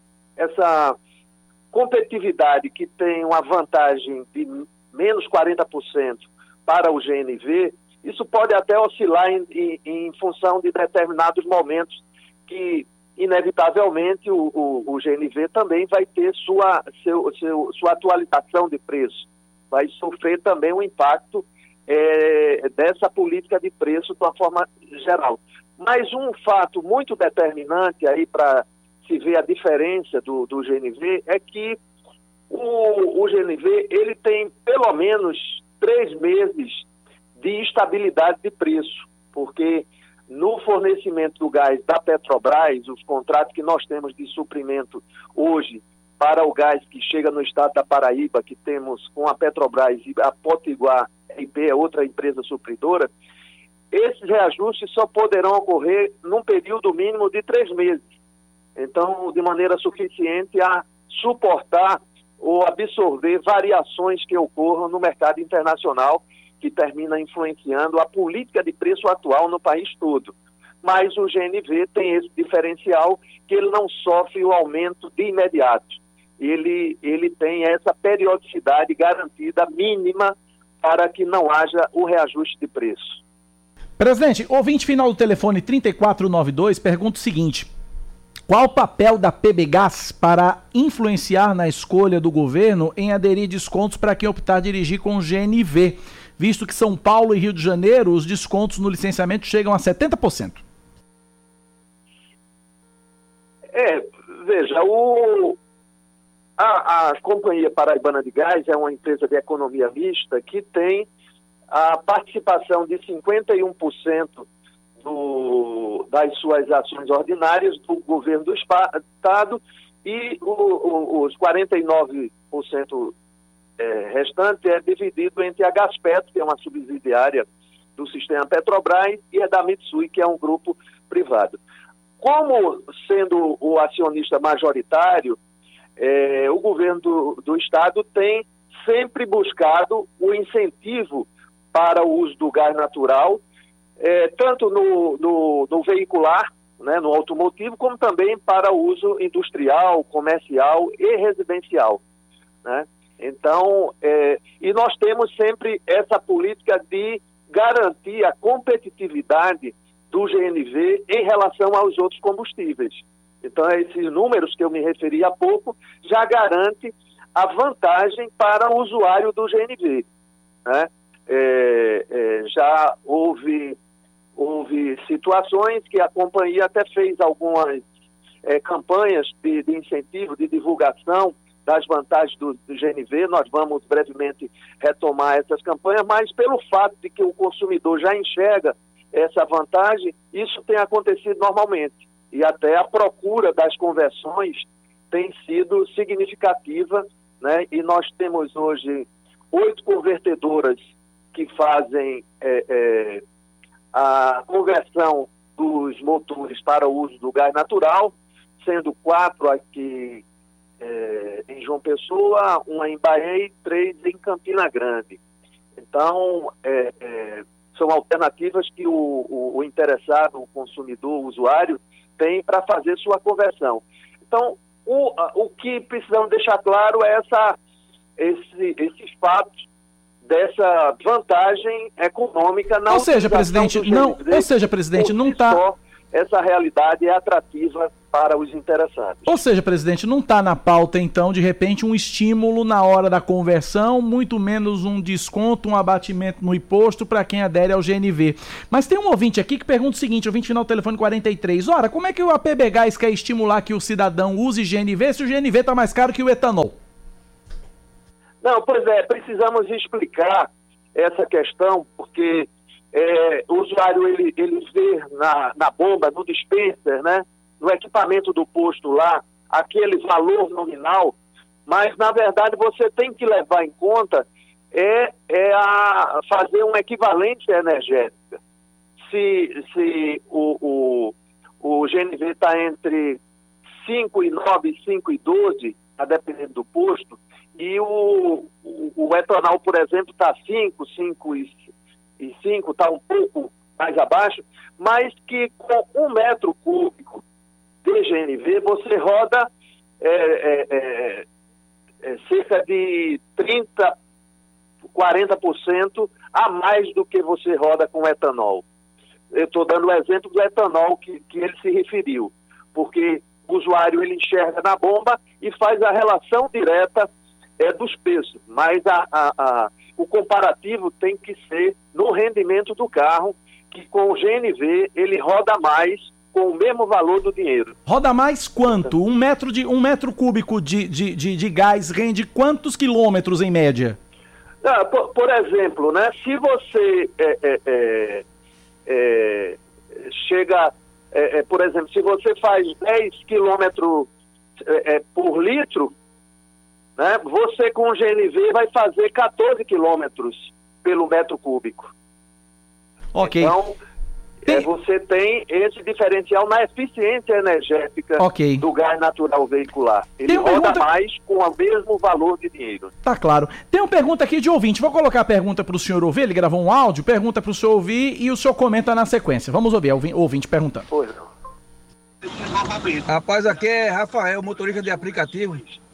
essa competitividade que tem uma vantagem de menos quarenta por cento para o G N V, isso pode até oscilar em, em, em função de determinados momentos que inevitavelmente o, o, o G N V também vai ter sua, seu, seu, sua atualização de preço, vai sofrer também um impacto é, dessa política de preço de uma forma geral. Mas um fato muito determinante aí para se ver a diferença do, do G N V é que o, o G N V ele tem pelo menos três meses de estabilidade de preço, porque no fornecimento do gás da Petrobras, os contratos que nós temos de suprimento hoje para o gás que chega no estado da Paraíba, que temos com a Petrobras e a Potiguar R P, outra empresa supridora, esses reajustes só poderão ocorrer num período mínimo de três meses. Então, de maneira suficiente a suportar ou absorver variações que ocorram no mercado internacional, que termina influenciando a política de preço atual no país todo. Mas o G N V tem esse diferencial que ele não sofre o aumento de imediato. Ele, ele tem essa periodicidade garantida mínima para que não haja o reajuste de preço. Presidente, ouvinte final do telefone trinta e quatro noventa e dois pergunta o seguinte: qual o papel da PBGás para influenciar na escolha do governo em aderir descontos para quem optar a dirigir com G N V? Visto que São Paulo e Rio de Janeiro, os descontos no licenciamento chegam a setenta por cento. É, veja, o, a, a Companhia Paraibana de Gás é uma empresa de economia mista que tem a participação de cinquenta e um por cento do, das suas ações ordinárias do governo do estado e o, o, os quarenta e nove por cento É, restante é dividido entre a Gaspetro, que é uma subsidiária do sistema Petrobras, e a da Mitsui, que é um grupo privado. Como sendo o acionista majoritário, é, o governo do, do estado tem sempre buscado o incentivo para o uso do gás natural, é, tanto no, no, no veicular, né, no automotivo, como também para o uso industrial, comercial e residencial, né? Então, é, e nós temos sempre essa política de garantir a competitividade do G N V em relação aos outros combustíveis. Então, esses números que eu me referi há pouco já garante a vantagem para o usuário do G N V, né? É, é, já houve, houve situações que a companhia até fez algumas é, campanhas de, de incentivo, de divulgação das vantagens do, do G N V. Nós vamos brevemente retomar essas campanhas, mas pelo fato de que o consumidor já enxerga essa vantagem, isso tem acontecido normalmente. E até a procura das conversões tem sido significativa, né? E nós temos hoje oito convertedoras que fazem é, é, a conversão dos motores para o uso do gás natural, sendo quatro aqui É, em João Pessoa, uma em Bahia e três em Campina Grande. Então, é, é, são alternativas que o, o, o interessado, o consumidor, o usuário, tem para fazer sua conversão. Então, o, o que precisamos deixar claro é essa, esse, esses fatos dessa vantagem econômica na Ou seja, presidente, não, ou seja, presidente, não está... Essa realidade é atrativa para os interessados. Ou seja, presidente, não está na pauta, então, de repente, um estímulo na hora da conversão, muito menos um desconto, um abatimento no imposto para quem adere ao G N V. Mas tem um ouvinte aqui que pergunta o seguinte, ouvinte final do telefone quarenta e três, ora, como é que o A P B Gás quer estimular que o cidadão use G N V se o G N V está mais caro que o etanol? Não, pois é, precisamos explicar essa questão, porque... É, o usuário ele, ele vê na, na bomba, no dispenser, né, no equipamento do posto lá, aquele valor nominal, mas na verdade você tem que levar em conta é, é a fazer uma equivalência energética. Se, se o, o, o G N V está entre cinco e nove, cinco e doze, a dependendo do posto, e o, o, o etanol, por exemplo, está cinco, cinco e e cinco, está um pouco mais abaixo, mas que com um metro cúbico de G N V você roda é, é, é, é, cerca de trinta, quarenta por cento a mais do que você roda com etanol. Eu estou dando o exemplo do etanol que, que ele se referiu, porque o usuário ele enxerga na bomba e faz a relação direta é, dos preços, mas a, a, a o comparativo tem que ser no rendimento do carro, que com o G N V ele roda mais com o mesmo valor do dinheiro. Roda mais quanto? Um metro, de, um metro cúbico de, de, de, de gás rende quantos quilômetros em média? Ah, por, por exemplo, né, se você é, é, é, é, chega, é, é, por exemplo, se você faz dez quilômetros é, é, por litro, né, você com o G N V vai fazer quatorze quilômetros pelo metro cúbico. Ok. Então, tem... é, você tem esse diferencial na eficiência energética okay. do gás natural veicular. Ele roda pergunta... mais com o mesmo valor de dinheiro. Tá claro. Tem uma pergunta aqui de ouvinte. Vou colocar a pergunta para o senhor ouvir. Ele gravou um áudio, pergunta para o senhor ouvir e o senhor comenta na sequência. Vamos ouvir o ouvinte perguntando. Pois não. Rapaz, aqui é Rafael, motorista de aplicativo.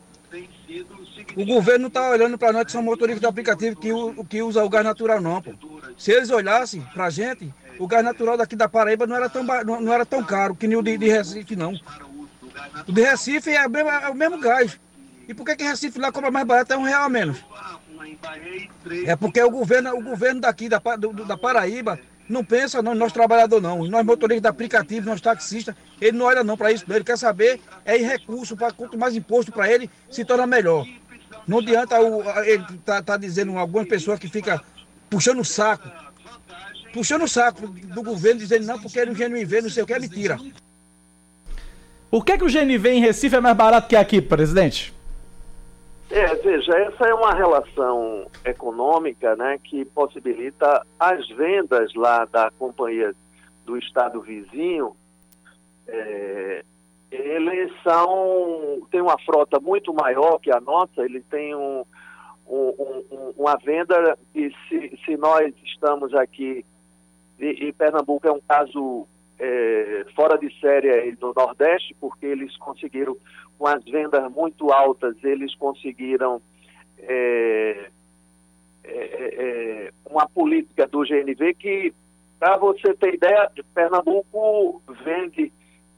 O governo não está olhando para nós que somos motoristas de aplicativo que, que usa o gás natural, não, pô. Se eles olhassem para a gente, o gás natural daqui da Paraíba não era tão, não, não era tão caro que nem o de, de Recife, não. O de Recife é, mesmo, é o mesmo gás. E por que que Recife lá cobra mais barato? É um real a menos. É porque o governo, o governo daqui da, do, da Paraíba não pensa não, nós trabalhadores não. Nós motoristas de aplicativo, nós taxistas, ele não olha não para isso. Ele quer saber é em recurso, para quanto mais imposto para ele, se torna melhor. Não adianta o, ele tá, tá dizendo alguma pessoa que fica puxando o saco, puxando o saco do governo, dizendo não, porque o G N V não sei o que, é mentira. Por que que o G N V em Recife é mais barato que aqui, presidente? É, veja, essa é uma relação econômica, né, que possibilita as vendas lá da companhia do estado vizinho. É, eles são, tem uma frota muito maior que a nossa, eles têm um, um, um, uma venda, e se, se nós estamos aqui, e, e Pernambuco é um caso é, fora de série do Nordeste, porque eles conseguiram, com as vendas muito altas, eles conseguiram é, é, é, uma política do G N V que, para você ter ideia, Pernambuco vende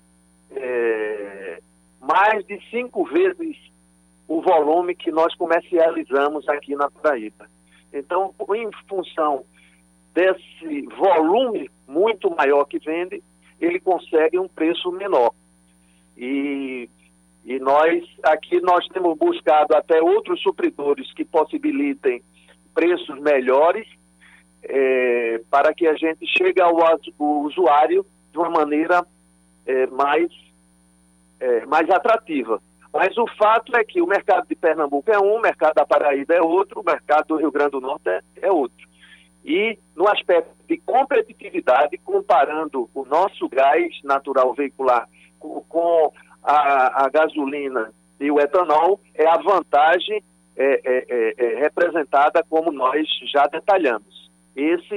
é, mais de cinco vezes o volume que nós comercializamos aqui na Paraíba. Então, em função desse volume muito maior que vende, ele consegue um preço menor. E, e nós, aqui nós temos buscado até outros supridores que possibilitem preços melhores é, para que a gente chegue ao, ao usuário de uma maneira é, mais, é, mais atrativa. Mas o fato é que o mercado de Pernambuco é um, o mercado da Paraíba é outro, o mercado do Rio Grande do Norte é, é outro. E no aspecto de competitividade, comparando o nosso gás natural veicular com, com a, a gasolina e o etanol, é a vantagem é, é, é, é representada como nós já detalhamos. Esse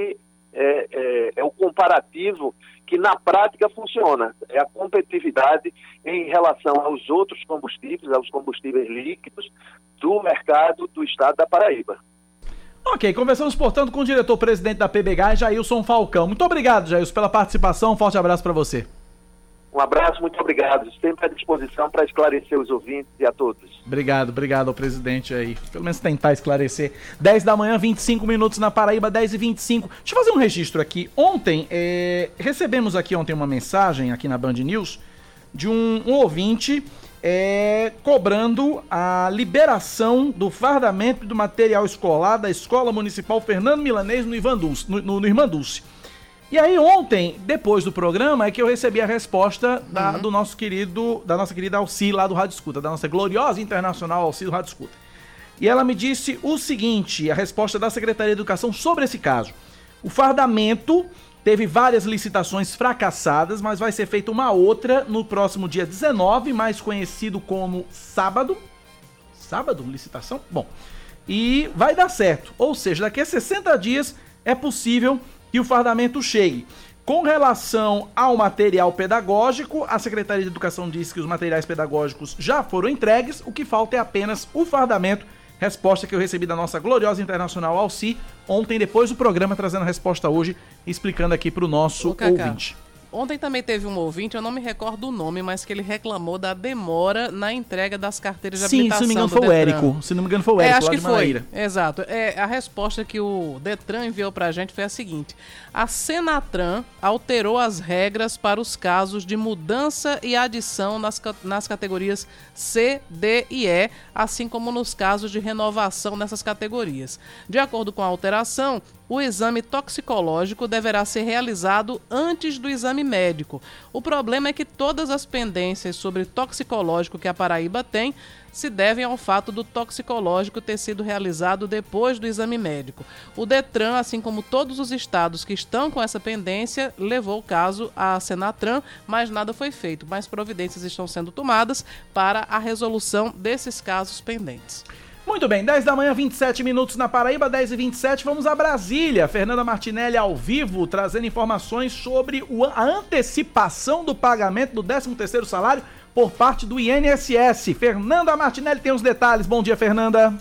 é, é, é o comparativo que na prática funciona. É a competitividade em relação aos outros combustíveis, aos combustíveis líquidos do mercado do estado da Paraíba. Ok, conversamos, portanto, com o diretor-presidente da P B Gás, Jailson Falcão. Muito obrigado, Jailson, pela participação. Um forte abraço para você. Um abraço, muito obrigado. Sempre à disposição para esclarecer os ouvintes e a todos. Obrigado, obrigado ao presidente aí. Pelo menos tentar esclarecer. dez da manhã, vinte e cinco minutos na Paraíba, dez e vinte e cinco. Deixa eu fazer um registro aqui. Ontem, é, recebemos aqui ontem uma mensagem aqui na Band News de um, um ouvinte é, cobrando a liberação do fardamento do material escolar da Escola Municipal Fernando Milanês no, Ivan Dulce, no, no, no Irmã Dulce. E aí ontem, depois do programa, é que eu recebi a resposta da, uhum. do nosso querido, da nossa querida Alci lá do Rádio Escuta, da nossa gloriosa internacional Alci do Rádio Escuta. E ela me disse o seguinte, a resposta da Secretaria de Educação sobre esse caso. O fardamento teve várias licitações fracassadas, mas vai ser feita uma outra no próximo dia dezenove, mais conhecido como sábado. Sábado? Licitação? Bom. E vai dar certo. Ou seja, daqui a sessenta dias é possível que o fardamento chegue. Com relação ao material pedagógico, a Secretaria de Educação disse que os materiais pedagógicos já foram entregues, o que falta é apenas o fardamento. Resposta que eu recebi da nossa gloriosa internacional Alci ontem, depois do programa, trazendo a resposta hoje, explicando aqui para o nosso ouvinte. Ontem também teve um ouvinte, eu não me recordo o nome, mas que ele reclamou da demora na entrega das carteiras de Sim, habilitação. Sim, se não me engano foi o Érico. Se não me engano foi o Érico, é, acho lá que de foi. Manaíra. Exato. É, a resposta que o Detran enviou pra gente foi a seguinte. A Senatran alterou as regras para os casos de mudança e adição nas, nas categorias C, D e E, assim como nos casos de renovação nessas categorias. De acordo com a alteração, o exame toxicológico deverá ser realizado antes do exame médico. O problema é que todas as pendências sobre toxicológico que a Paraíba tem se devem ao fato do toxicológico ter sido realizado depois do exame médico. O Detran, assim como todos os estados que estão com essa pendência, levou o caso à Senatran, mas nada foi feito. Mais providências estão sendo tomadas para a resolução desses casos pendentes. Muito bem, dez da manhã, vinte e sete minutos na Paraíba, dez e vinte e sete, vamos a Brasília. Fernanda Martinelli ao vivo, trazendo informações sobre a antecipação do pagamento do décimo terceiro salário por parte do I N S S. Fernanda Martinelli tem os detalhes. Bom dia, Fernanda.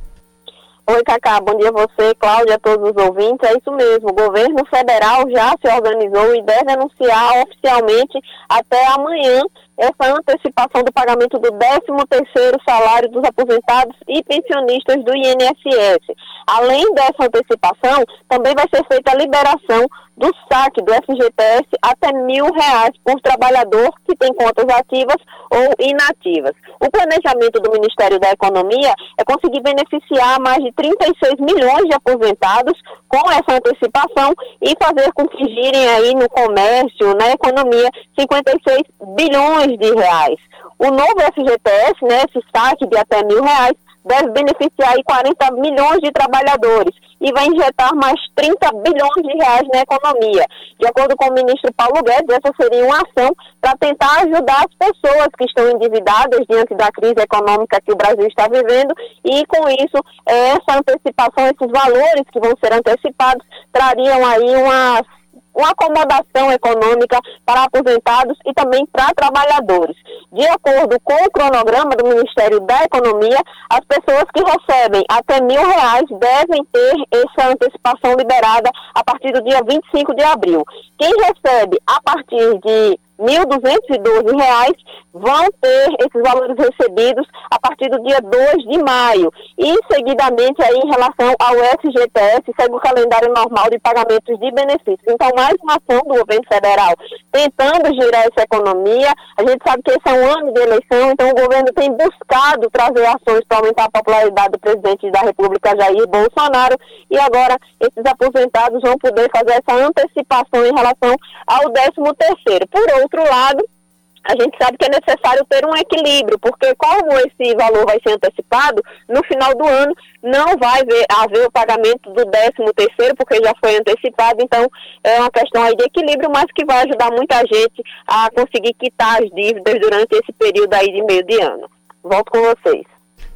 Oi, Cacá, bom dia a você, Cláudia, a todos os ouvintes. É isso mesmo, o governo federal já se organizou e deve anunciar oficialmente até amanhã essa antecipação do pagamento do décimo terceiro salário dos aposentados e pensionistas do I N S S. Além dessa antecipação, também vai ser feita a liberação do saque do F G T S até mil reais por trabalhador que tem contas ativas ou inativas. O planejamento do Ministério da Economia é conseguir beneficiar mais de trinta e seis milhões de aposentados com essa antecipação e fazer com que girem aí no comércio, na economia, cinquenta e seis bilhões de reais. O novo F G T S, né, esse saque de até mil reais, deve beneficiar aí quarenta milhões de trabalhadores e vai injetar mais trinta bilhões de reais na economia. De acordo com o ministro Paulo Guedes, essa seria uma ação para tentar ajudar as pessoas que estão endividadas diante da crise econômica que o Brasil está vivendo e, com isso, essa antecipação, esses valores que vão ser antecipados, trariam aí uma uma acomodação econômica para aposentados e também para trabalhadores. De acordo com o cronograma do Ministério da Economia, as pessoas que recebem até mil reais devem ter essa antecipação liberada a partir do dia vinte e cinco de abril. Quem recebe a partir de mil duzentos e doze reais vão ter esses valores recebidos a partir do dia dois de maio. E, seguidamente, aí, em relação ao F G T S, segue o calendário normal de pagamentos de benefícios. Então, mais uma ação do governo federal tentando girar essa economia. A gente sabe que esse é um ano de eleição, então o governo tem buscado trazer ações para aumentar a popularidade do presidente da República, Jair Bolsonaro, e agora esses aposentados vão poder fazer essa antecipação em relação ao décimo terceiro. Por outro lado, a gente sabe que é necessário ter um equilíbrio, porque como esse valor vai ser antecipado, no final do ano não vai haver, haver o pagamento do décimo terceiro, porque já foi antecipado, então é uma questão aí de equilíbrio, mas que vai ajudar muita gente a conseguir quitar as dívidas durante esse período aí de meio de ano. Volto com vocês.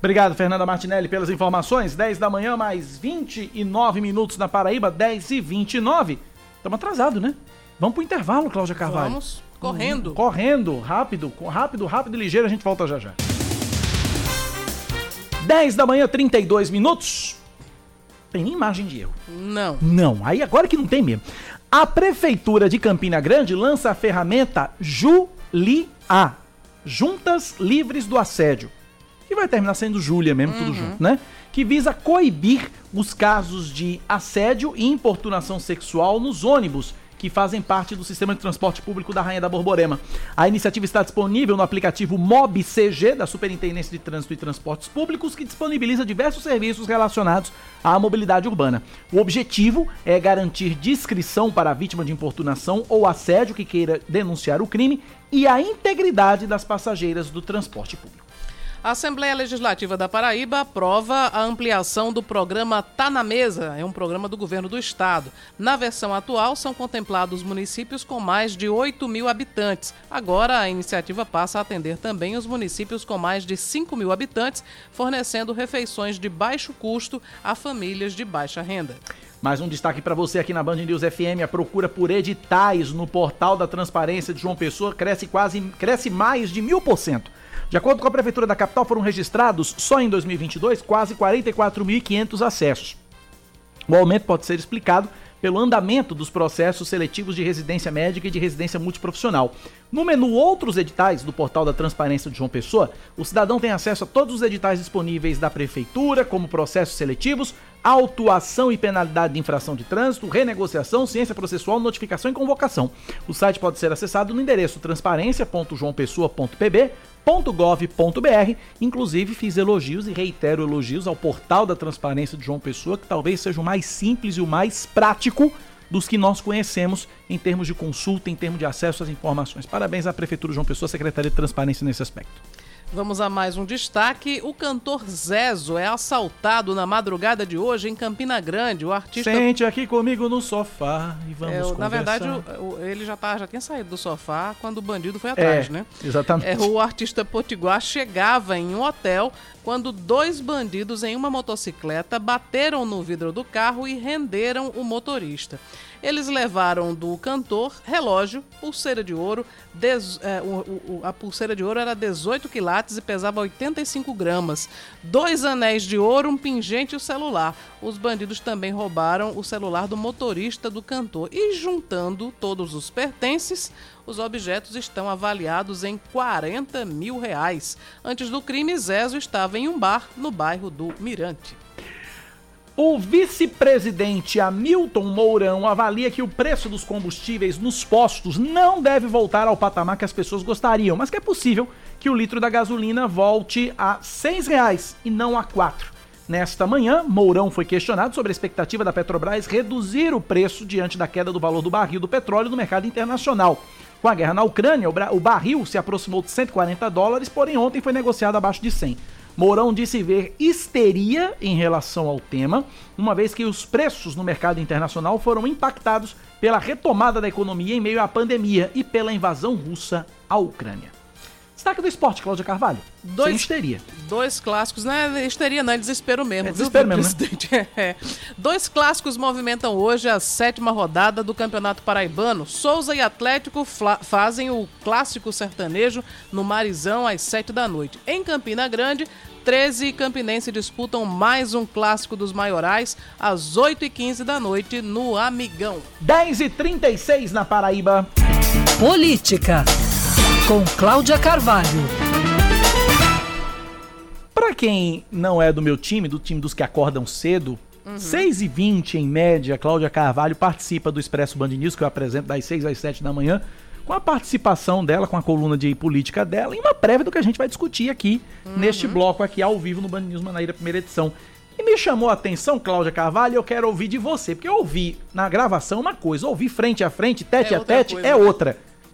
Obrigado, Fernanda Martinelli, pelas informações. dez da manhã, mais vinte e nove minutos na Paraíba, dez e vinte e nove. Estamos atrasados, né? Vamos pro intervalo, Cláudia Carvalho. Vamos, correndo. Hum, correndo, rápido, rápido, rápido e ligeiro, a gente volta já já. dez da manhã, trinta e dois minutos. Tem nem margem de erro. Não. Não, aí agora que não tem mesmo. A Prefeitura de Campina Grande lança a ferramenta Julia, Juntas Livres do Assédio. Que vai terminar sendo Júlia mesmo, tudo Uhum. junto, né? Que visa coibir os casos de assédio e importunação sexual nos ônibus que fazem parte do sistema de transporte público da Rainha da Borborema. A iniciativa está disponível no aplicativo MobCG, da Superintendência de Trânsito e Transportes Públicos, que disponibiliza diversos serviços relacionados à mobilidade urbana. O objetivo é garantir discrição para a vítima de importunação ou assédio que queira denunciar o crime e a integridade das passageiras do transporte público. A Assembleia Legislativa da Paraíba aprova a ampliação do programa Tá na Mesa, é um programa do governo do estado. Na versão atual, são contemplados municípios com mais de oito mil habitantes. Agora, a iniciativa passa a atender também os municípios com mais de cinco mil habitantes, fornecendo refeições de baixo custo a famílias de baixa renda. Mais um destaque para você aqui na Band News F M, a procura por editais no portal da transparência de João Pessoa cresce quase, cresce mais de mil por cento. De acordo com a Prefeitura da capital, foram registrados, só em dois mil e vinte e dois, quase quarenta e quatro mil e quinhentos acessos. O aumento pode ser explicado pelo andamento dos processos seletivos de residência médica e de residência multiprofissional. No menu Outros Editais do portal da Transparência de João Pessoa, o cidadão tem acesso a todos os editais disponíveis da Prefeitura, como processos seletivos, autuação e penalidade de infração de trânsito, renegociação, ciência processual, notificação e convocação. O site pode ser acessado no endereço transparência ponto joão pessoa ponto p b ponto gov ponto b r. Inclusive, fiz elogios e reitero elogios ao portal da Transparência de João Pessoa, que talvez seja o mais simples e o mais prático dos que nós conhecemos em termos de consulta, em termos de acesso às informações. Parabéns à Prefeitura de João Pessoa, Secretaria de Transparência nesse aspecto. Vamos a mais um destaque. O cantor Zezo é assaltado na madrugada de hoje em Campina Grande. O artista... Sente aqui comigo no sofá e vamos é, conversar. Na verdade, o, o, ele já, tá, já tinha saído do sofá quando o bandido foi atrás, é, né? Exatamente. É, o artista potiguar chegava em um hotel quando dois bandidos em uma motocicleta bateram no vidro do carro e renderam o motorista. Eles levaram do cantor relógio, pulseira de ouro, des, é, o, o, a pulseira de ouro era dezoito quilates e pesava oitenta e cinco gramas, dois anéis de ouro, um pingente e o celular. Os bandidos também roubaram o celular do motorista do cantor e, juntando todos os pertences, os objetos estão avaliados em quarenta mil reais. Antes do crime, Zezo estava em um bar no bairro do Mirante. O vice-presidente Hamilton Mourão avalia que o preço dos combustíveis nos postos não deve voltar ao patamar que as pessoas gostariam, mas que é possível que o litro da gasolina volte a seis reais e não a quatro. Nesta manhã, Mourão foi questionado sobre a expectativa da Petrobras reduzir o preço diante da queda do valor do barril do petróleo no mercado internacional. Com a guerra na Ucrânia, o barril se aproximou de cento e quarenta dólares, porém ontem foi negociado abaixo de cem. Mourão disse ver histeria em relação ao tema, uma vez que os preços no mercado internacional foram impactados pela retomada da economia em meio à pandemia e pela invasão russa à Ucrânia. Destaque do esporte, Cláudia Carvalho. Dois, Sem histeria. Dois clássicos, não é histeria não, é desespero mesmo. É desespero viu, mesmo, né? É. Dois clássicos movimentam hoje a sétima rodada do Campeonato Paraibano. Souza e Atlético fazem o clássico sertanejo no Marizão às sete da noite. Em Campina Grande, treze e Campinense disputam mais um clássico dos maiorais às oito e quinze da noite no Amigão. dez e trinta e seis na Paraíba. Política, com Cláudia Carvalho. Para quem não é do meu time, do time dos que acordam cedo, uhum. seis e vinte em média, Cláudia Carvalho participa do Expresso Band News, que eu apresento das seis às sete da manhã, com a participação dela, com a coluna de política dela, e uma prévia do que a gente vai discutir aqui, uhum. neste bloco aqui, ao vivo, no Band News Manaíra, primeira edição. E me chamou a atenção, Cláudia Carvalho, eu quero ouvir de você, porque eu ouvi na gravação uma coisa, ouvir frente a frente, tete é a tete, coisa, é né? outra.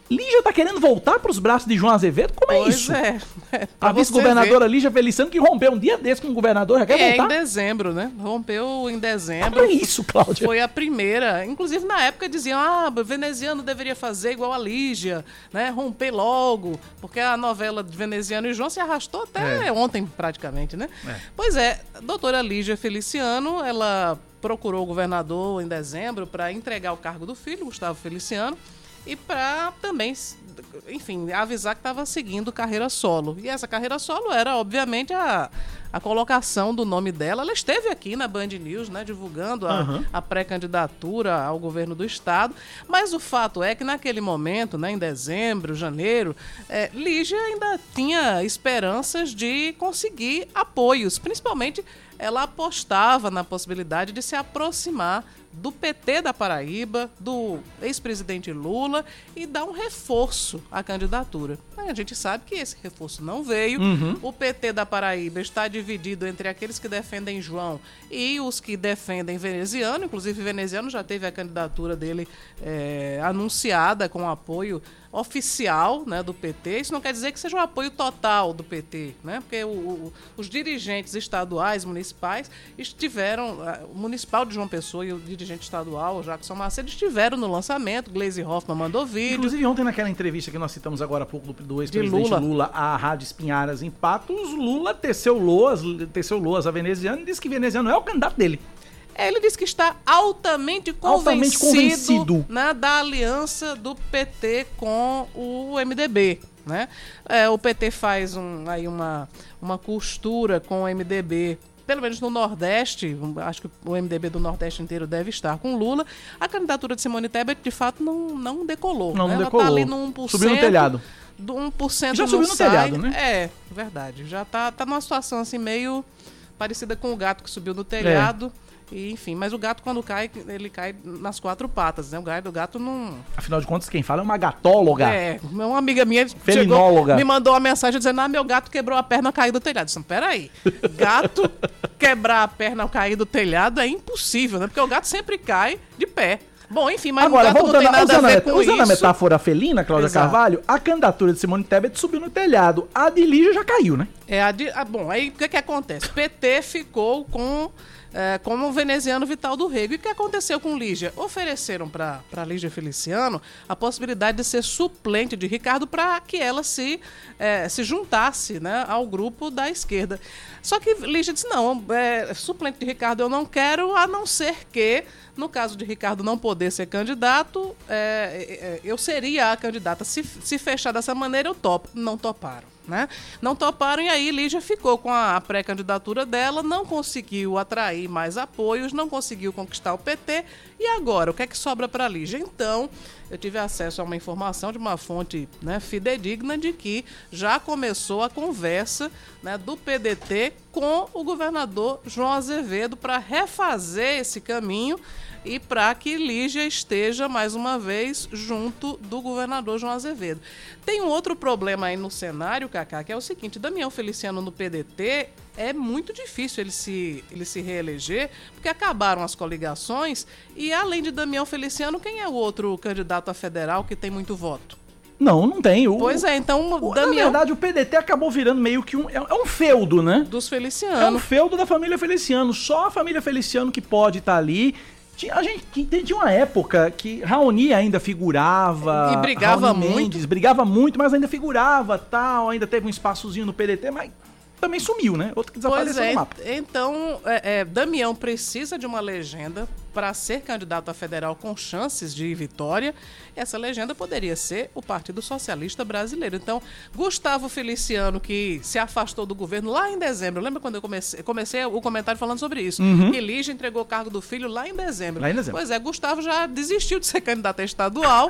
Lígia tá querendo voltar pros braços de João Azevedo? Como é pois isso? É. é A vice-governadora Lígia Feliciano, que rompeu um dia desse com o governador, já quer é, voltar? em dezembro, né? Rompeu em dezembro. Como é isso, Cláudia? Foi a primeira. Inclusive, na época, diziam, ah, veneziano deveria fazer igual a Lígia, né? Romper logo, porque a novela de Veneziano e João se arrastou até é. ontem, praticamente, né? É. Pois é, a doutora Lígia Feliciano, ela procurou o governador em dezembro para entregar o cargo do filho, Gustavo Feliciano, e para também, enfim, avisar que estava seguindo carreira solo. E essa carreira solo era, obviamente, a, a colocação do nome dela. Ela esteve aqui na Band News, né, divulgando a, uhum. a pré-candidatura ao governo do estado. Mas o fato é que naquele momento, né, em dezembro, janeiro, é, Lígia ainda tinha esperanças de conseguir apoios. Principalmente, ela apostava na possibilidade de se aproximar do P T da Paraíba, do ex-presidente Lula, e dar um reforço à candidatura. A gente sabe que esse reforço não veio. Uhum. O P T da Paraíba está dividido entre aqueles que defendem João e os que defendem Veneziano. Inclusive, Veneziano já teve a candidatura dele é, anunciada com apoio oficial, né, do P T. Isso não quer dizer que seja um apoio total do P T, né? Porque o, o, os dirigentes estaduais, municipais, estiveram, o municipal de João Pessoa e o dirigente estadual, o Jackson Macedo, estiveram no lançamento. Gleisi Hoffmann mandou vídeo. Inclusive, ontem naquela entrevista que nós citamos agora há pouco do, do ex-presidente Lula. Lula à Rádio Espinharas em Patos, Lula teceu loas, teceu loas a Veneziano e disse que Veneziano é o candidato dele. Ele disse que está altamente convencido, altamente convencido. Né, da aliança do P T com o M D B. Né? É, o P T faz um, aí uma, uma costura com o M D B, pelo menos no Nordeste. Acho que o M D B do Nordeste inteiro deve estar com Lula. A candidatura de Simone Tebet, de fato, não, não decolou. Não, né? não Ela decolou. está ali no um por cento. Subiu no telhado. Do um por cento já subiu no sai. telhado, né? É, verdade. Já está tá numa situação assim meio parecida com o gato que subiu no telhado. É. E, enfim, mas o gato, quando cai, ele cai nas quatro patas, né? O gato, o gato não... Afinal de contas, quem fala é uma gatóloga. É, uma amiga minha felinóloga. Chegou, me mandou uma mensagem dizendo, ah, meu gato quebrou a perna ao cair do telhado. Eu disse, peraí, gato quebrar a perna ao cair do telhado é impossível, né? Porque o gato sempre cai de pé. Bom, enfim, mas agora, o gato voltando, não tem nada usando a ver a, com usando isso. a metáfora felina, Cláudia Exato. Carvalho, a candidatura de Simone Tebet subiu no telhado. A de Lígia já caiu, né? É, a de, ah, bom, aí o que que acontece? P T ficou com... É, como o veneziano Vital do Rego. E o que aconteceu com Lígia? Ofereceram para Lígia Feliciano a possibilidade de ser suplente de Ricardo para que ela se, é, se juntasse, né, ao grupo da esquerda. Só que Lígia disse, não, é, suplente de Ricardo eu não quero, a não ser que, no caso de Ricardo não poder ser candidato, é, é, eu seria a candidata. Se, se fechar dessa maneira, eu topo. Não toparam. Né? Não toparam e aí Lígia ficou com a pré-candidatura dela, não conseguiu atrair mais apoios, não conseguiu conquistar o P T. E agora, o que é que sobra para Lígia? Então, eu tive acesso a uma informação de uma fonte, né, fidedigna de que já começou a conversa, né, do P D T com o governador João Azevedo para refazer esse caminho e para que Lígia esteja, mais uma vez, junto do governador João Azevedo. Tem um outro problema aí no cenário, Cacá, que é o seguinte, Damião Feliciano no P D T é muito difícil ele se, ele se reeleger, porque acabaram as coligações e, além de Damião Feliciano, quem é o outro candidato a federal que tem muito voto? Não, não tem. O, pois é, então o, Damião... Na verdade, o P D T acabou virando meio que um... É, é um feudo, né? Dos Feliciano. É um feudo da família Feliciano. Só a família Feliciano que pode estar ali. A gente tinha uma época que Raoni ainda figurava. E brigava Raoni muito. Mendes, brigava muito, mas ainda figurava, tal. Ainda teve um espaçozinho no P D T, mas também sumiu, né? Outro que desapareceu pois é, no mapa. Então, é, é, Damião precisa de uma legenda para ser candidato a federal com chances de vitória. Essa legenda poderia ser o Partido Socialista Brasileiro. Então, Gustavo Feliciano, que se afastou do governo lá em dezembro, lembra quando eu comecei, comecei o comentário falando sobre isso? Uhum. Que Lígia entregou o cargo do filho lá em dezembro. Lá em dezembro. Pois é, Gustavo já desistiu de ser candidato a estadual.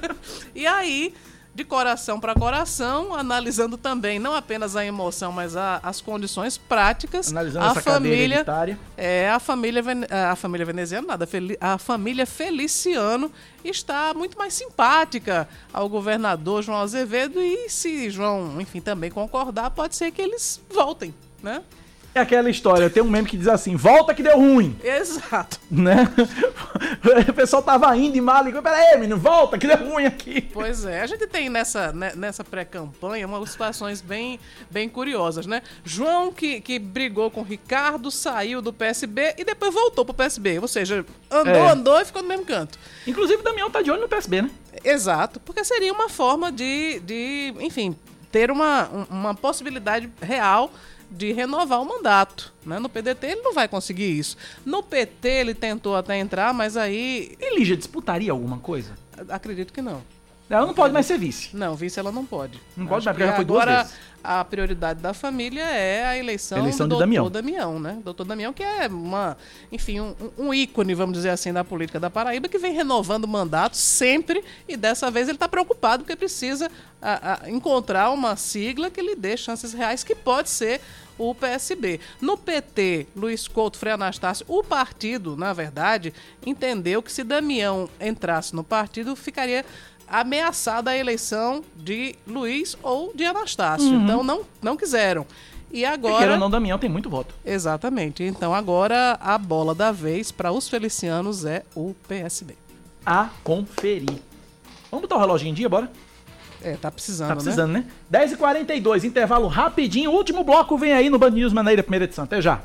E aí... de coração para coração, analisando também não apenas a emoção, mas a, as condições práticas. Analisando a essa família, hereditária. É, a família, a família veneziana, nada, a família Feliciano está muito mais simpática ao governador João Azevedo e se João, enfim, também concordar, pode ser que eles voltem, né? É aquela história, tem um meme que diz assim, volta que deu ruim. Exato. Né? O pessoal tava indo e mal, ligou, peraí, menino, volta que deu ruim aqui. Pois é, a gente tem nessa, nessa pré-campanha umas situações bem, bem curiosas, né? João, que, que brigou com o Ricardo, saiu do P S B e depois voltou pro P S B, ou seja, andou, É. andou e ficou no mesmo canto. Inclusive o Damião tá de olho no P S B, né? Exato, porque seria uma forma de, de enfim, ter uma, uma possibilidade real de renovar o mandato, né? No P D T ele não vai conseguir isso. No P T ele tentou até entrar, mas aí... E Lígia disputaria alguma coisa? Acredito que não. Ela não pode mais ser vice. Não, vice ela não pode. Não pode Acho mais, porque já foi duas agora, vezes. A prioridade da família é a eleição, Eleição do de doutor Damião. Damião, né? Doutor Damião, que é uma, enfim, um, um ícone, vamos dizer assim, da política da Paraíba, que vem renovando mandatos sempre, e dessa vez ele está preocupado porque precisa a, a, encontrar uma sigla que lhe dê chances reais, que pode ser o P S B. No P T, Luiz Couto, Frei Anastácio, o partido, na verdade, entendeu que se Damião entrasse no partido, ficaria ameaçada a eleição de Luiz ou de Anastácio. Uhum. Então não, não quiseram. E agora... Queira ou não, Damião tem muito voto. Exatamente. Então agora a bola da vez para os felicianos é o P S B. A conferir. Vamos botar o reloginho em dia, bora? É, tá precisando, Tá precisando, né? né? dez e quarenta e dois, intervalo rapidinho. O último bloco vem aí no Band News Manaíra, primeira edição. Até já.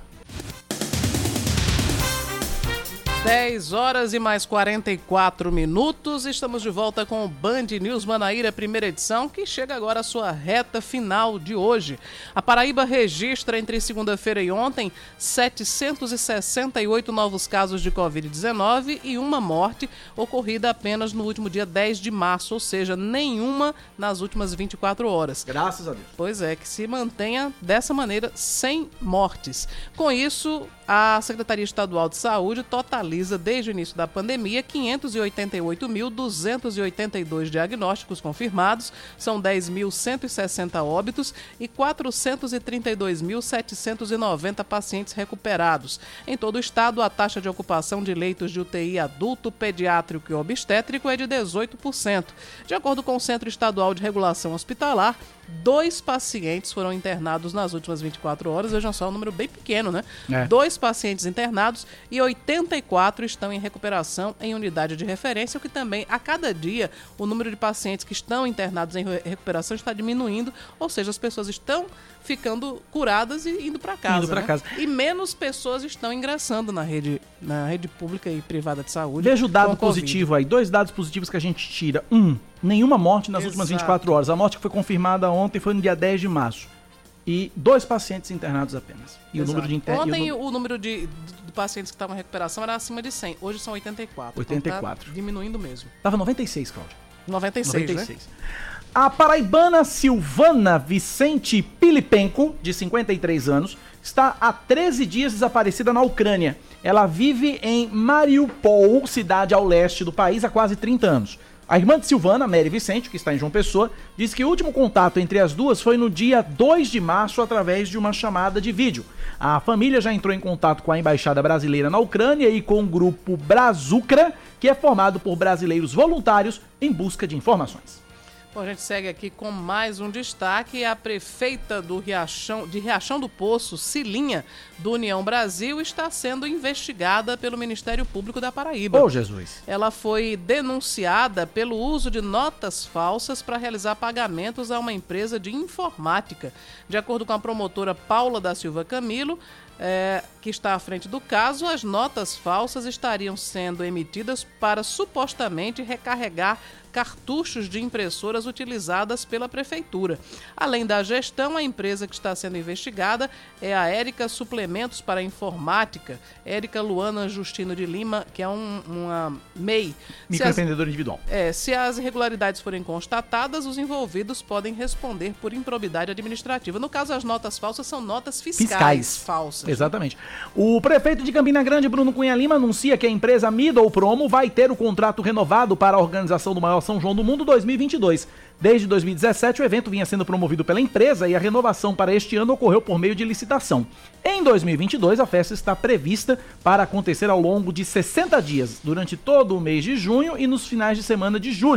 dez horas e mais quarenta e quatro minutos. Estamos de volta com o Band News Manaíra, primeira edição, que chega agora à sua reta final de hoje. A Paraíba registra entre segunda-feira e ontem setecentos e sessenta e oito novos casos de covid dezenove e uma morte ocorrida apenas no último dia dez de março, ou seja, nenhuma nas últimas vinte e quatro horas. Graças a Deus. Pois é, que se mantenha dessa maneira, sem mortes. Com isso, a Secretaria Estadual de Saúde totaliza desde o início da pandemia quinhentos e oitenta e oito mil duzentos e oitenta e dois diagnósticos confirmados, são dez mil cento e sessenta óbitos e quatrocentos e trinta e dois mil setecentos e noventa pacientes recuperados. Em todo o estado, a taxa de ocupação de leitos de U T I adulto, pediátrico e obstétrico é de dezoito por cento. De acordo com o Centro Estadual de Regulação Hospitalar, dois pacientes foram internados nas últimas vinte e quatro horas, vejam só, um número bem pequeno, né? É. Dois pacientes internados e oitenta e quatro estão em recuperação em unidade de referência, o que também, a cada dia, o número de pacientes que estão internados em re- recuperação está diminuindo, ou seja, as pessoas estão ficando curadas e indo para casa. Indo pra né? casa. E menos pessoas estão ingressando na rede, na rede pública e privada de saúde. Veja o dado com Covid. positivo aí, dois dados positivos que a gente tira. Um, nenhuma morte nas Exato. últimas vinte e quatro horas. A morte que foi confirmada ontem foi no dia dez de março. E dois pacientes internados apenas. E Exato. o número de inter... Ontem e o... o número de, de pacientes que estavam em recuperação era acima de cem. Hoje são oitenta e quatro. oitenta e Então quatro. tá diminuindo mesmo. Tava noventa e seis, Cláudia. noventa e seis, noventa e seis. né? A paraibana Silvana Vicente Pilipenko, de cinquenta e três anos, está há treze dias desaparecida na Ucrânia. Ela vive em Mariupol, cidade ao leste do país, há quase trinta anos. A irmã de Silvana, Mary Vicente, que está em João Pessoa, diz que o último contato entre as duas foi no dia dois de março através de uma chamada de vídeo. A família já entrou em contato com a Embaixada Brasileira na Ucrânia e com o grupo Brazucra, que é formado por brasileiros voluntários em busca de informações. Bom, a gente segue aqui com mais um destaque. A prefeita do Riachão, de Riachão do Poço, Cilinha, do União Brasil, está sendo investigada pelo Ministério Público da Paraíba. Ô, Jesus! Ela foi denunciada pelo uso de notas falsas para realizar pagamentos a uma empresa de informática. De acordo com a promotora Paula da Silva Camilo, É, que está à frente do caso, as notas falsas estariam sendo emitidas para supostamente recarregar cartuchos de impressoras utilizadas pela prefeitura. Além da gestão, a empresa que está sendo investigada é a Érica Suplementos para Informática, Érica Luana Justino de Lima, que é um, uma M E I. Microempreendedor individual. É, se as irregularidades forem constatadas, os envolvidos podem responder por improbidade administrativa. No caso, as notas falsas são notas fiscais, Fiscais. falsas. Exatamente. O prefeito de Campina Grande, Bruno Cunha Lima, anuncia que a empresa Middle Promo vai ter o contrato renovado para a organização do maior São João do Mundo dois mil e vinte e dois. Desde dois mil e dezessete, o evento vinha sendo promovido pela empresa e a renovação para este ano ocorreu por meio de licitação. Em dois mil e vinte e dois, a festa está prevista para acontecer ao longo de sessenta dias, durante todo o mês de junho e nos finais de semana de julho.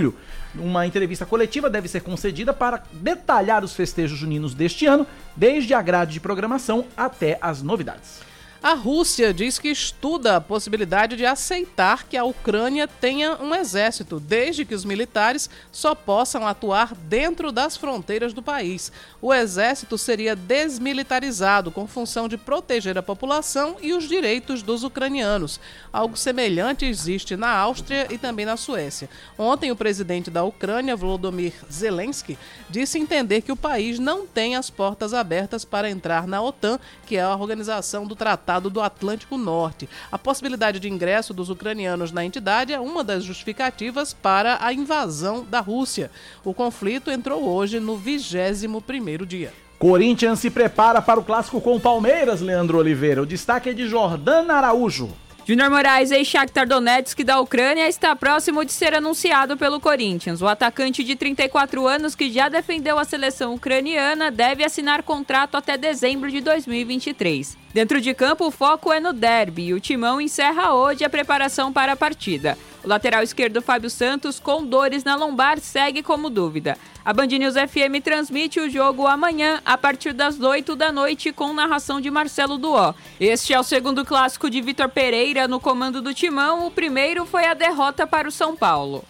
Uma entrevista coletiva deve ser concedida para detalhar os festejos juninos deste ano, desde a grade de programação até as novidades. A Rússia diz que estuda a possibilidade de aceitar que a Ucrânia tenha um exército, desde que os militares só possam atuar dentro das fronteiras do país. O exército seria desmilitarizado, com função de proteger a população e os direitos dos ucranianos. Algo semelhante existe na Áustria e também na Suécia. Ontem, o presidente da Ucrânia, Volodymyr Zelensky, disse entender que o país não tem as portas abertas para entrar na OTAN, que é a organização do Tratado do Atlântico Norte. A possibilidade de ingresso dos ucranianos na entidade é uma das justificativas para a invasão da Rússia. O conflito entrou hoje no vigésimo primeiro dia. Corinthians se prepara para o clássico com o Palmeiras, Leandro Oliveira. O destaque é de Jordana Araújo. Júnior Moraes, ex-Shakhtar Donetsk da Ucrânia, está próximo de ser anunciado pelo Corinthians. O atacante de trinta e quatro anos, que já defendeu a seleção ucraniana, deve assinar contrato até dezembro de dois mil e vinte e três. Dentro de campo, o foco é no derby e o Timão encerra hoje a preparação para a partida. O lateral esquerdo Fábio Santos, com dores na lombar, segue como dúvida. A Band News F M transmite o jogo amanhã, a partir das oito da noite, com narração de Marcelo Duó. Este é o segundo clássico de Vitor Pereira no comando do Timão. O primeiro foi a derrota para o São Paulo.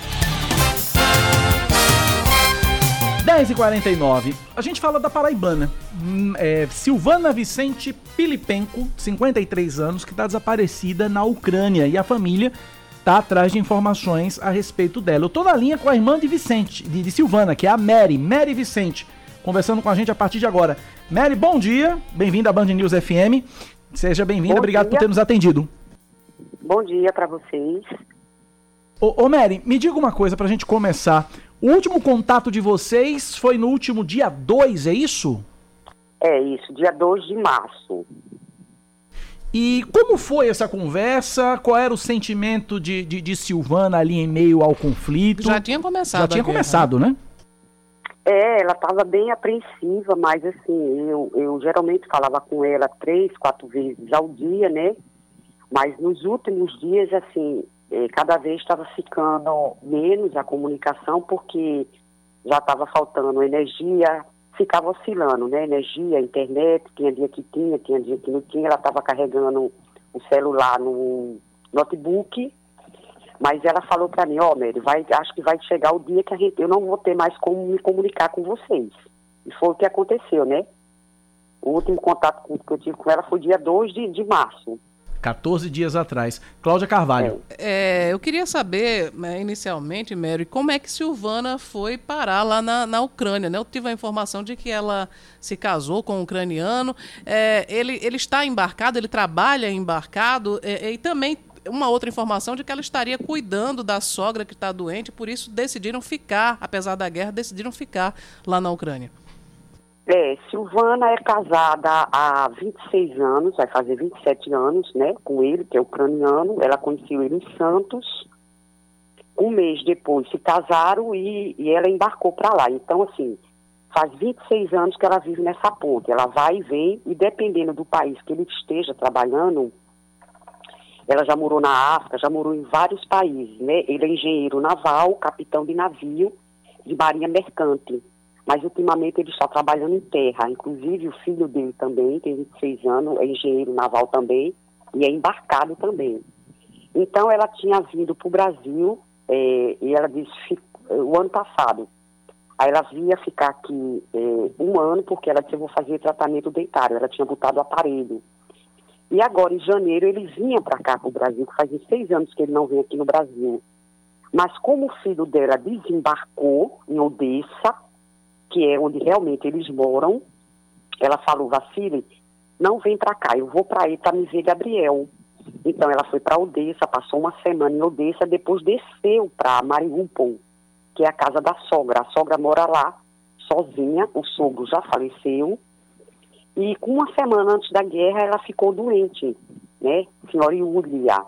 dez e quarenta e nove. A gente fala da paraibana. É, Silvana Vicente Pilipenko, cinquenta e três anos, que está desaparecida na Ucrânia. E a família está atrás de informações a respeito dela. Eu tô na linha com a irmã de Vicente, de, de Silvana, que é a Mary, Mary Vicente, conversando com a gente a partir de agora. Mary, bom dia, bem-vinda à Band News F M. Seja bem-vinda, obrigado por ter nos atendido. Bom dia para vocês. Ô, ô Mary, me diga uma coisa pra gente começar. O último contato de vocês foi no último dia dois, é isso? É isso, dia dois de março. E como foi essa conversa? Qual era o sentimento de, de, de Silvana ali em meio ao conflito? Já tinha começado. Já tinha começado, né? É, ela estava bem apreensiva, mas assim, eu, eu geralmente falava com ela três, quatro vezes ao dia, né? Mas nos últimos dias, assim, é, cada vez estava ficando menos a comunicação, porque já estava faltando energia, ficava oscilando, né? Energia, internet, tinha dia que tinha, tinha dia que não tinha. Ela estava carregando o celular no notebook, mas ela falou para mim, ó, oh, Mary, vai, acho que vai chegar o dia que a gente, eu não vou ter mais como me comunicar com vocês. E foi o que aconteceu, né? O último contato que eu tive com ela foi dia dois de, de março. quatorze dias atrás. Cláudia Carvalho. É, eu queria saber, né, inicialmente, Mary, como é que Silvana foi parar lá na, na Ucrânia, né? Eu tive a informação de que ela se casou com um ucraniano. É, ele, ele está embarcado, ele trabalha embarcado, é, e também uma outra informação de que ela estaria cuidando da sogra que está doente, por isso decidiram ficar, apesar da guerra, decidiram ficar lá na Ucrânia. É, Silvana é casada há vinte e seis anos, vai fazer vinte e sete anos, né, com ele, que é ucraniano. Ela conheceu ele em Santos. Um mês depois se casaram e, e ela embarcou para lá. Então, assim, faz vinte e seis anos que ela vive nessa ponte. Ela vai e vem, e dependendo do país que ele esteja trabalhando, ela já morou na África, já morou em vários países, né? Ele é engenheiro naval, capitão de navio de marinha mercante. Mas ultimamente ele está trabalhando em terra. Inclusive o filho dele também, tem vinte e seis anos, é engenheiro naval também e é embarcado também. Então ela tinha vindo para o Brasil, é, e ela disse, o ano passado, aí ela vinha ficar aqui é, um ano, porque ela disse, eu vou fazer tratamento dentário, ela tinha botado o aparelho. E agora, em janeiro, ele vinha para cá, para o Brasil, que fazia seis anos que ele não vem aqui no Brasil. Mas como o filho dela desembarcou em Odessa, que é onde realmente eles moram, ela falou, Vassili, não vem para cá, eu vou para aí para me ver Gabriel. Então ela foi para Odessa, passou uma semana em Odessa, depois desceu para Mariupol, que é a casa da sogra. A sogra mora lá, sozinha, o sogro já faleceu, e com uma semana antes da guerra ela ficou doente, né, senhora Yulia.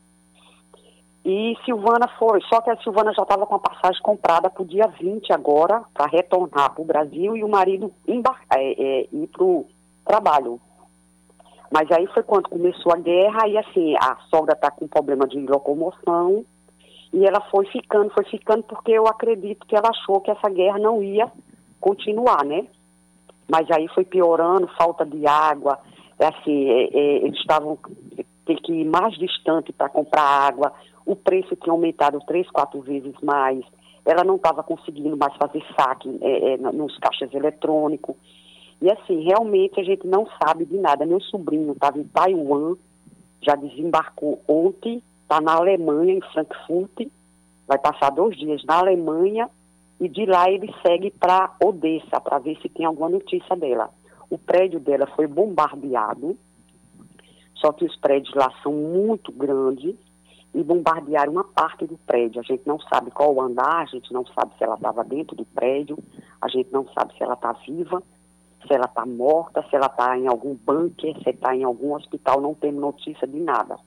E Silvana foi, só que a Silvana já estava com a passagem comprada para o dia vinte agora, para retornar para o Brasil e o marido embar- é, é, ir para o trabalho. Mas aí foi quando começou a guerra e assim, a sogra está com problema de locomoção E ela foi ficando, foi ficando, porque eu acredito que ela achou que essa guerra não ia continuar, né? Mas aí foi piorando, falta de água, assim, é, é, eles estavam, tem que ir mais distante para comprar água, o preço tinha aumentado três, quatro vezes mais, ela não estava conseguindo mais fazer saque é, é, nos caixas eletrônicos. E assim, realmente a gente não sabe de nada. Meu sobrinho estava em Taiwan, já desembarcou ontem, está na Alemanha, em Frankfurt, vai passar dois dias na Alemanha, e de lá ele segue para Odessa, para ver se tem alguma notícia dela. O prédio dela foi bombardeado, só que os prédios lá são muito grandes, e bombardearam uma parte do prédio. A gente não sabe qual o andar, a gente não sabe se ela estava dentro do prédio, a gente não sabe se ela está viva, se ela está morta, se ela está em algum bunker, se está em algum hospital, não temos notícia de nada.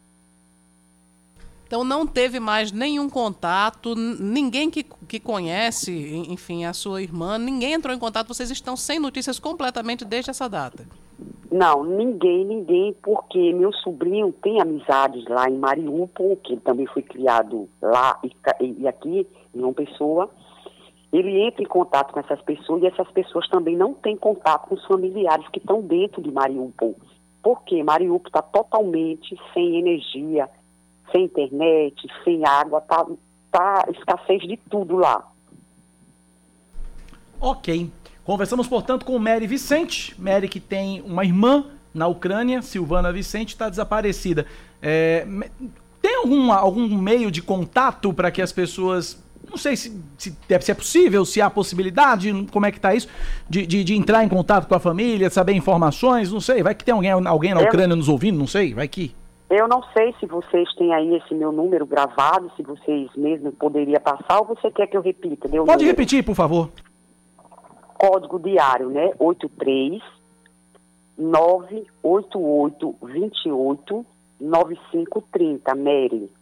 Então não teve mais nenhum contato, ninguém que, que conhece, enfim, a sua irmã, ninguém entrou em contato, vocês estão sem notícias completamente desde essa data? Não, ninguém, ninguém, porque meu sobrinho tem amizades lá em Mariúpol, que ele também foi criado lá e, e aqui, em uma pessoa. Ele entra em contato com essas pessoas e essas pessoas também não têm contato com os familiares que estão dentro de Mariúpol. Porque Mariúpol está totalmente sem energia, sem internet, sem água, está tá escassez de tudo lá. Ok. Conversamos, portanto, com Mary Vicente. Mary, que tem uma irmã na Ucrânia, Silvana Vicente, está desaparecida. É, tem algum, algum meio de contato para que as pessoas... Não sei se, se, se é possível, se há possibilidade, como é que está isso, de, de, de entrar em contato com a família, saber informações, não sei. Vai que tem alguém, alguém na Ucrânia nos ouvindo, não sei, vai que... Eu não sei se vocês têm aí esse meu número gravado, se vocês mesmo poderiam passar, ou você quer que eu repita? Meu Pode número? repetir, por favor. Código diário, né? oito três nove oito oito dois oito nove cinco três zero, Mary.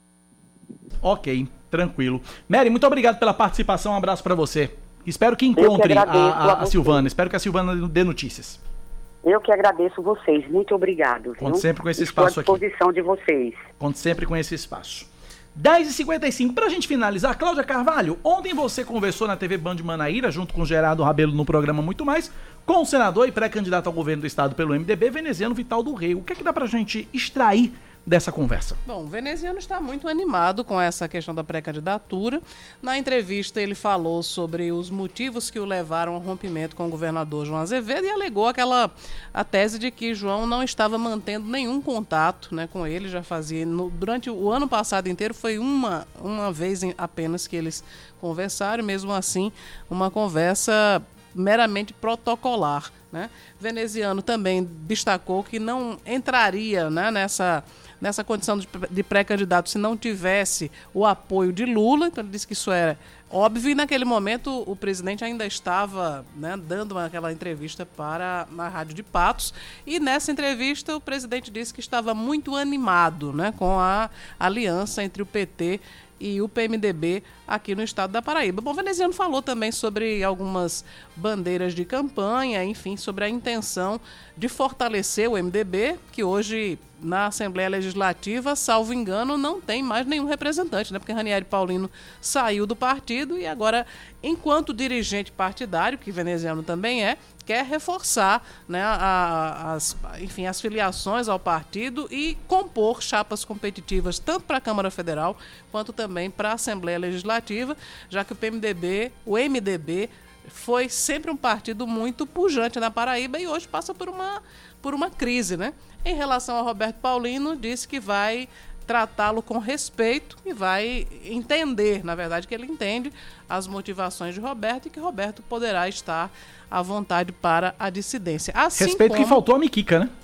Ok, tranquilo. Mary, muito obrigado pela participação, um abraço para você. Espero que encontre que a, a, a Silvana, espero que a Silvana dê notícias. Eu que agradeço vocês, muito obrigado. Conto viu? sempre com esse Estou espaço aqui. à disposição de vocês. Conto sempre com esse espaço. dez e cinquenta e cinco, pra gente finalizar, Cláudia Carvalho, ontem você conversou na T V Band de Manaíra, junto com Gerardo Rabelo no programa Muito Mais, com o senador e pré-candidato ao governo do estado pelo M D B, veneziano Vital do Rei. O que é que dá pra gente extrair dessa conversa? Bom, o veneziano está muito animado com essa questão da pré-candidatura. Na entrevista ele falou sobre os motivos que o levaram ao rompimento com o governador João Azevedo e alegou aquela a tese de que João não estava mantendo nenhum contato, né, com ele, já fazia, no, durante o ano passado inteiro foi uma, uma vez apenas que eles conversaram, mesmo assim uma conversa meramente protocolar, né? Veneziano também destacou que não entraria, né, nessa, nessa condição de, de pré-candidato se não tivesse o apoio de Lula, então ele disse que isso era óbvio, e naquele momento o presidente ainda estava, né, dando uma, aquela entrevista para a Rádio de Patos, e nessa entrevista o presidente disse que estava muito animado, né, com a aliança entre o P T e o P M D B aqui no estado da Paraíba. Bom, o veneziano falou também sobre algumas bandeiras de campanha, enfim, sobre a intenção de fortalecer o M D B, que hoje na Assembleia Legislativa, salvo engano, não tem mais nenhum representante, né? Porque Ranieri Paulino saiu do partido e agora, enquanto dirigente partidário, que veneziano também é, quer reforçar, né, a, as, enfim, as filiações ao partido e compor chapas competitivas tanto para a Câmara Federal quanto também para a Assembleia Legislativa, já que o P M D B, o M D B, foi sempre um partido muito pujante na Paraíba e hoje passa por uma, por uma crise, né? Em relação ao Roberto Paulino, disse que vai tratá-lo com respeito e vai entender, na verdade, que ele entende as motivações de Roberto e que Roberto poderá estar à vontade para a dissidência. Assim respeito como... que faltou a Miquica, né?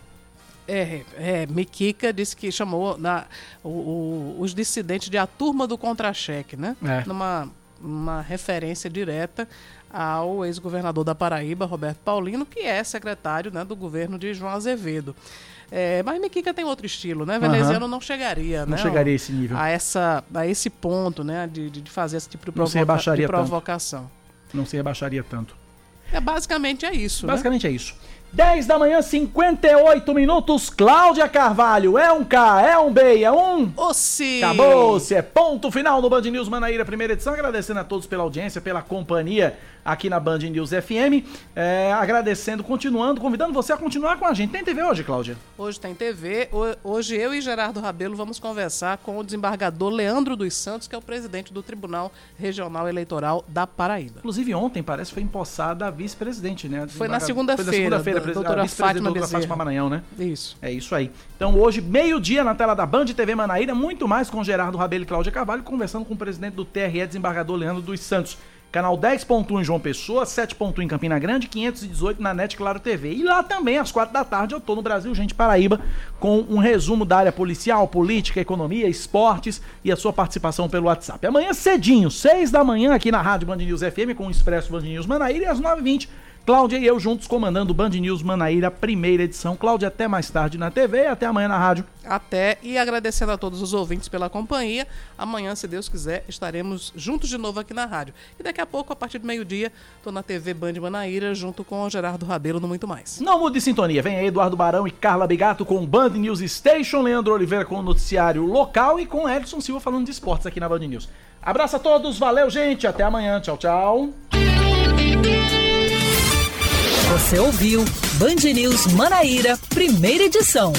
É, é, Miquica disse que chamou na, o, o, os dissidentes de a turma do contra-cheque, né? É. Numa uma referência direta ao ex-governador da Paraíba, Roberto Paulino, que é secretário, né, do governo de João Azevedo. É, mas Miquica tem outro estilo, né? Veneziano uhum. não chegaria, não né? chegaria a esse nível. A, essa, a esse ponto, né? De, de fazer esse tipo de, provoca- não se rebaixaria de provocação. Tanto. Não se rebaixaria tanto. É, basicamente é isso. Basicamente né? é isso. dez da manhã, cinquenta e oito minutos. Cláudia Carvalho, é um K, é um B, é um... Ossi! Acabou-se, é ponto final no Band News Manaíra, primeira edição. Agradecendo a todos pela audiência, pela companhia aqui na Band News F M. É, agradecendo, continuando, convidando você a continuar com a gente. Tem T V hoje, Cláudia? Hoje tem T V. Hoje eu e Gerardo Rabelo vamos conversar com o desembargador Leandro dos Santos, que é o presidente do Tribunal Regional Eleitoral da Paraíba. Inclusive ontem, parece que foi empossada a vice-presidente, né? Foi na segunda-feira. Foi na segunda-feira, doutora Fátima Bezerra. Maranhão, né? Isso. É isso aí. Então hoje, meio-dia, na tela da Band T V Manaíra, muito mais com Gerardo Rabelo e Cláudia Carvalho, conversando com o presidente do T R E, desembargador Leandro dos Santos. Canal dez ponto um em João Pessoa, sete ponto um em Campina Grande, quinhentos e dezoito na Net Claro T V. E lá também, às quatro da tarde, eu tô no Brasil, gente, Paraíba, com um resumo da área policial, política, economia, esportes e a sua participação pelo WhatsApp. Amanhã cedinho, seis da manhã, aqui na Rádio Band News F M, com o Expresso Band News Manaíra, e às nove e vinte, Cláudia e eu juntos comandando o Band News Manaíra, primeira edição. Cláudia, até mais tarde na T V e até amanhã na rádio. Até, e agradecendo a todos os ouvintes pela companhia. Amanhã, se Deus quiser, estaremos juntos de novo aqui na rádio. E daqui a pouco, a partir do meio-dia, tô na T V Band Manaíra, junto com o Gerardo Rabelo no Muito Mais. Não mude de sintonia, vem aí Eduardo Barão e Carla Bigato com o Band News Station, Leandro Oliveira com o noticiário local e com Edson Silva falando de esportes aqui na Band News. Abraço a todos, valeu gente, até amanhã, tchau, tchau. Você ouviu Band News Manaíra, primeira edição.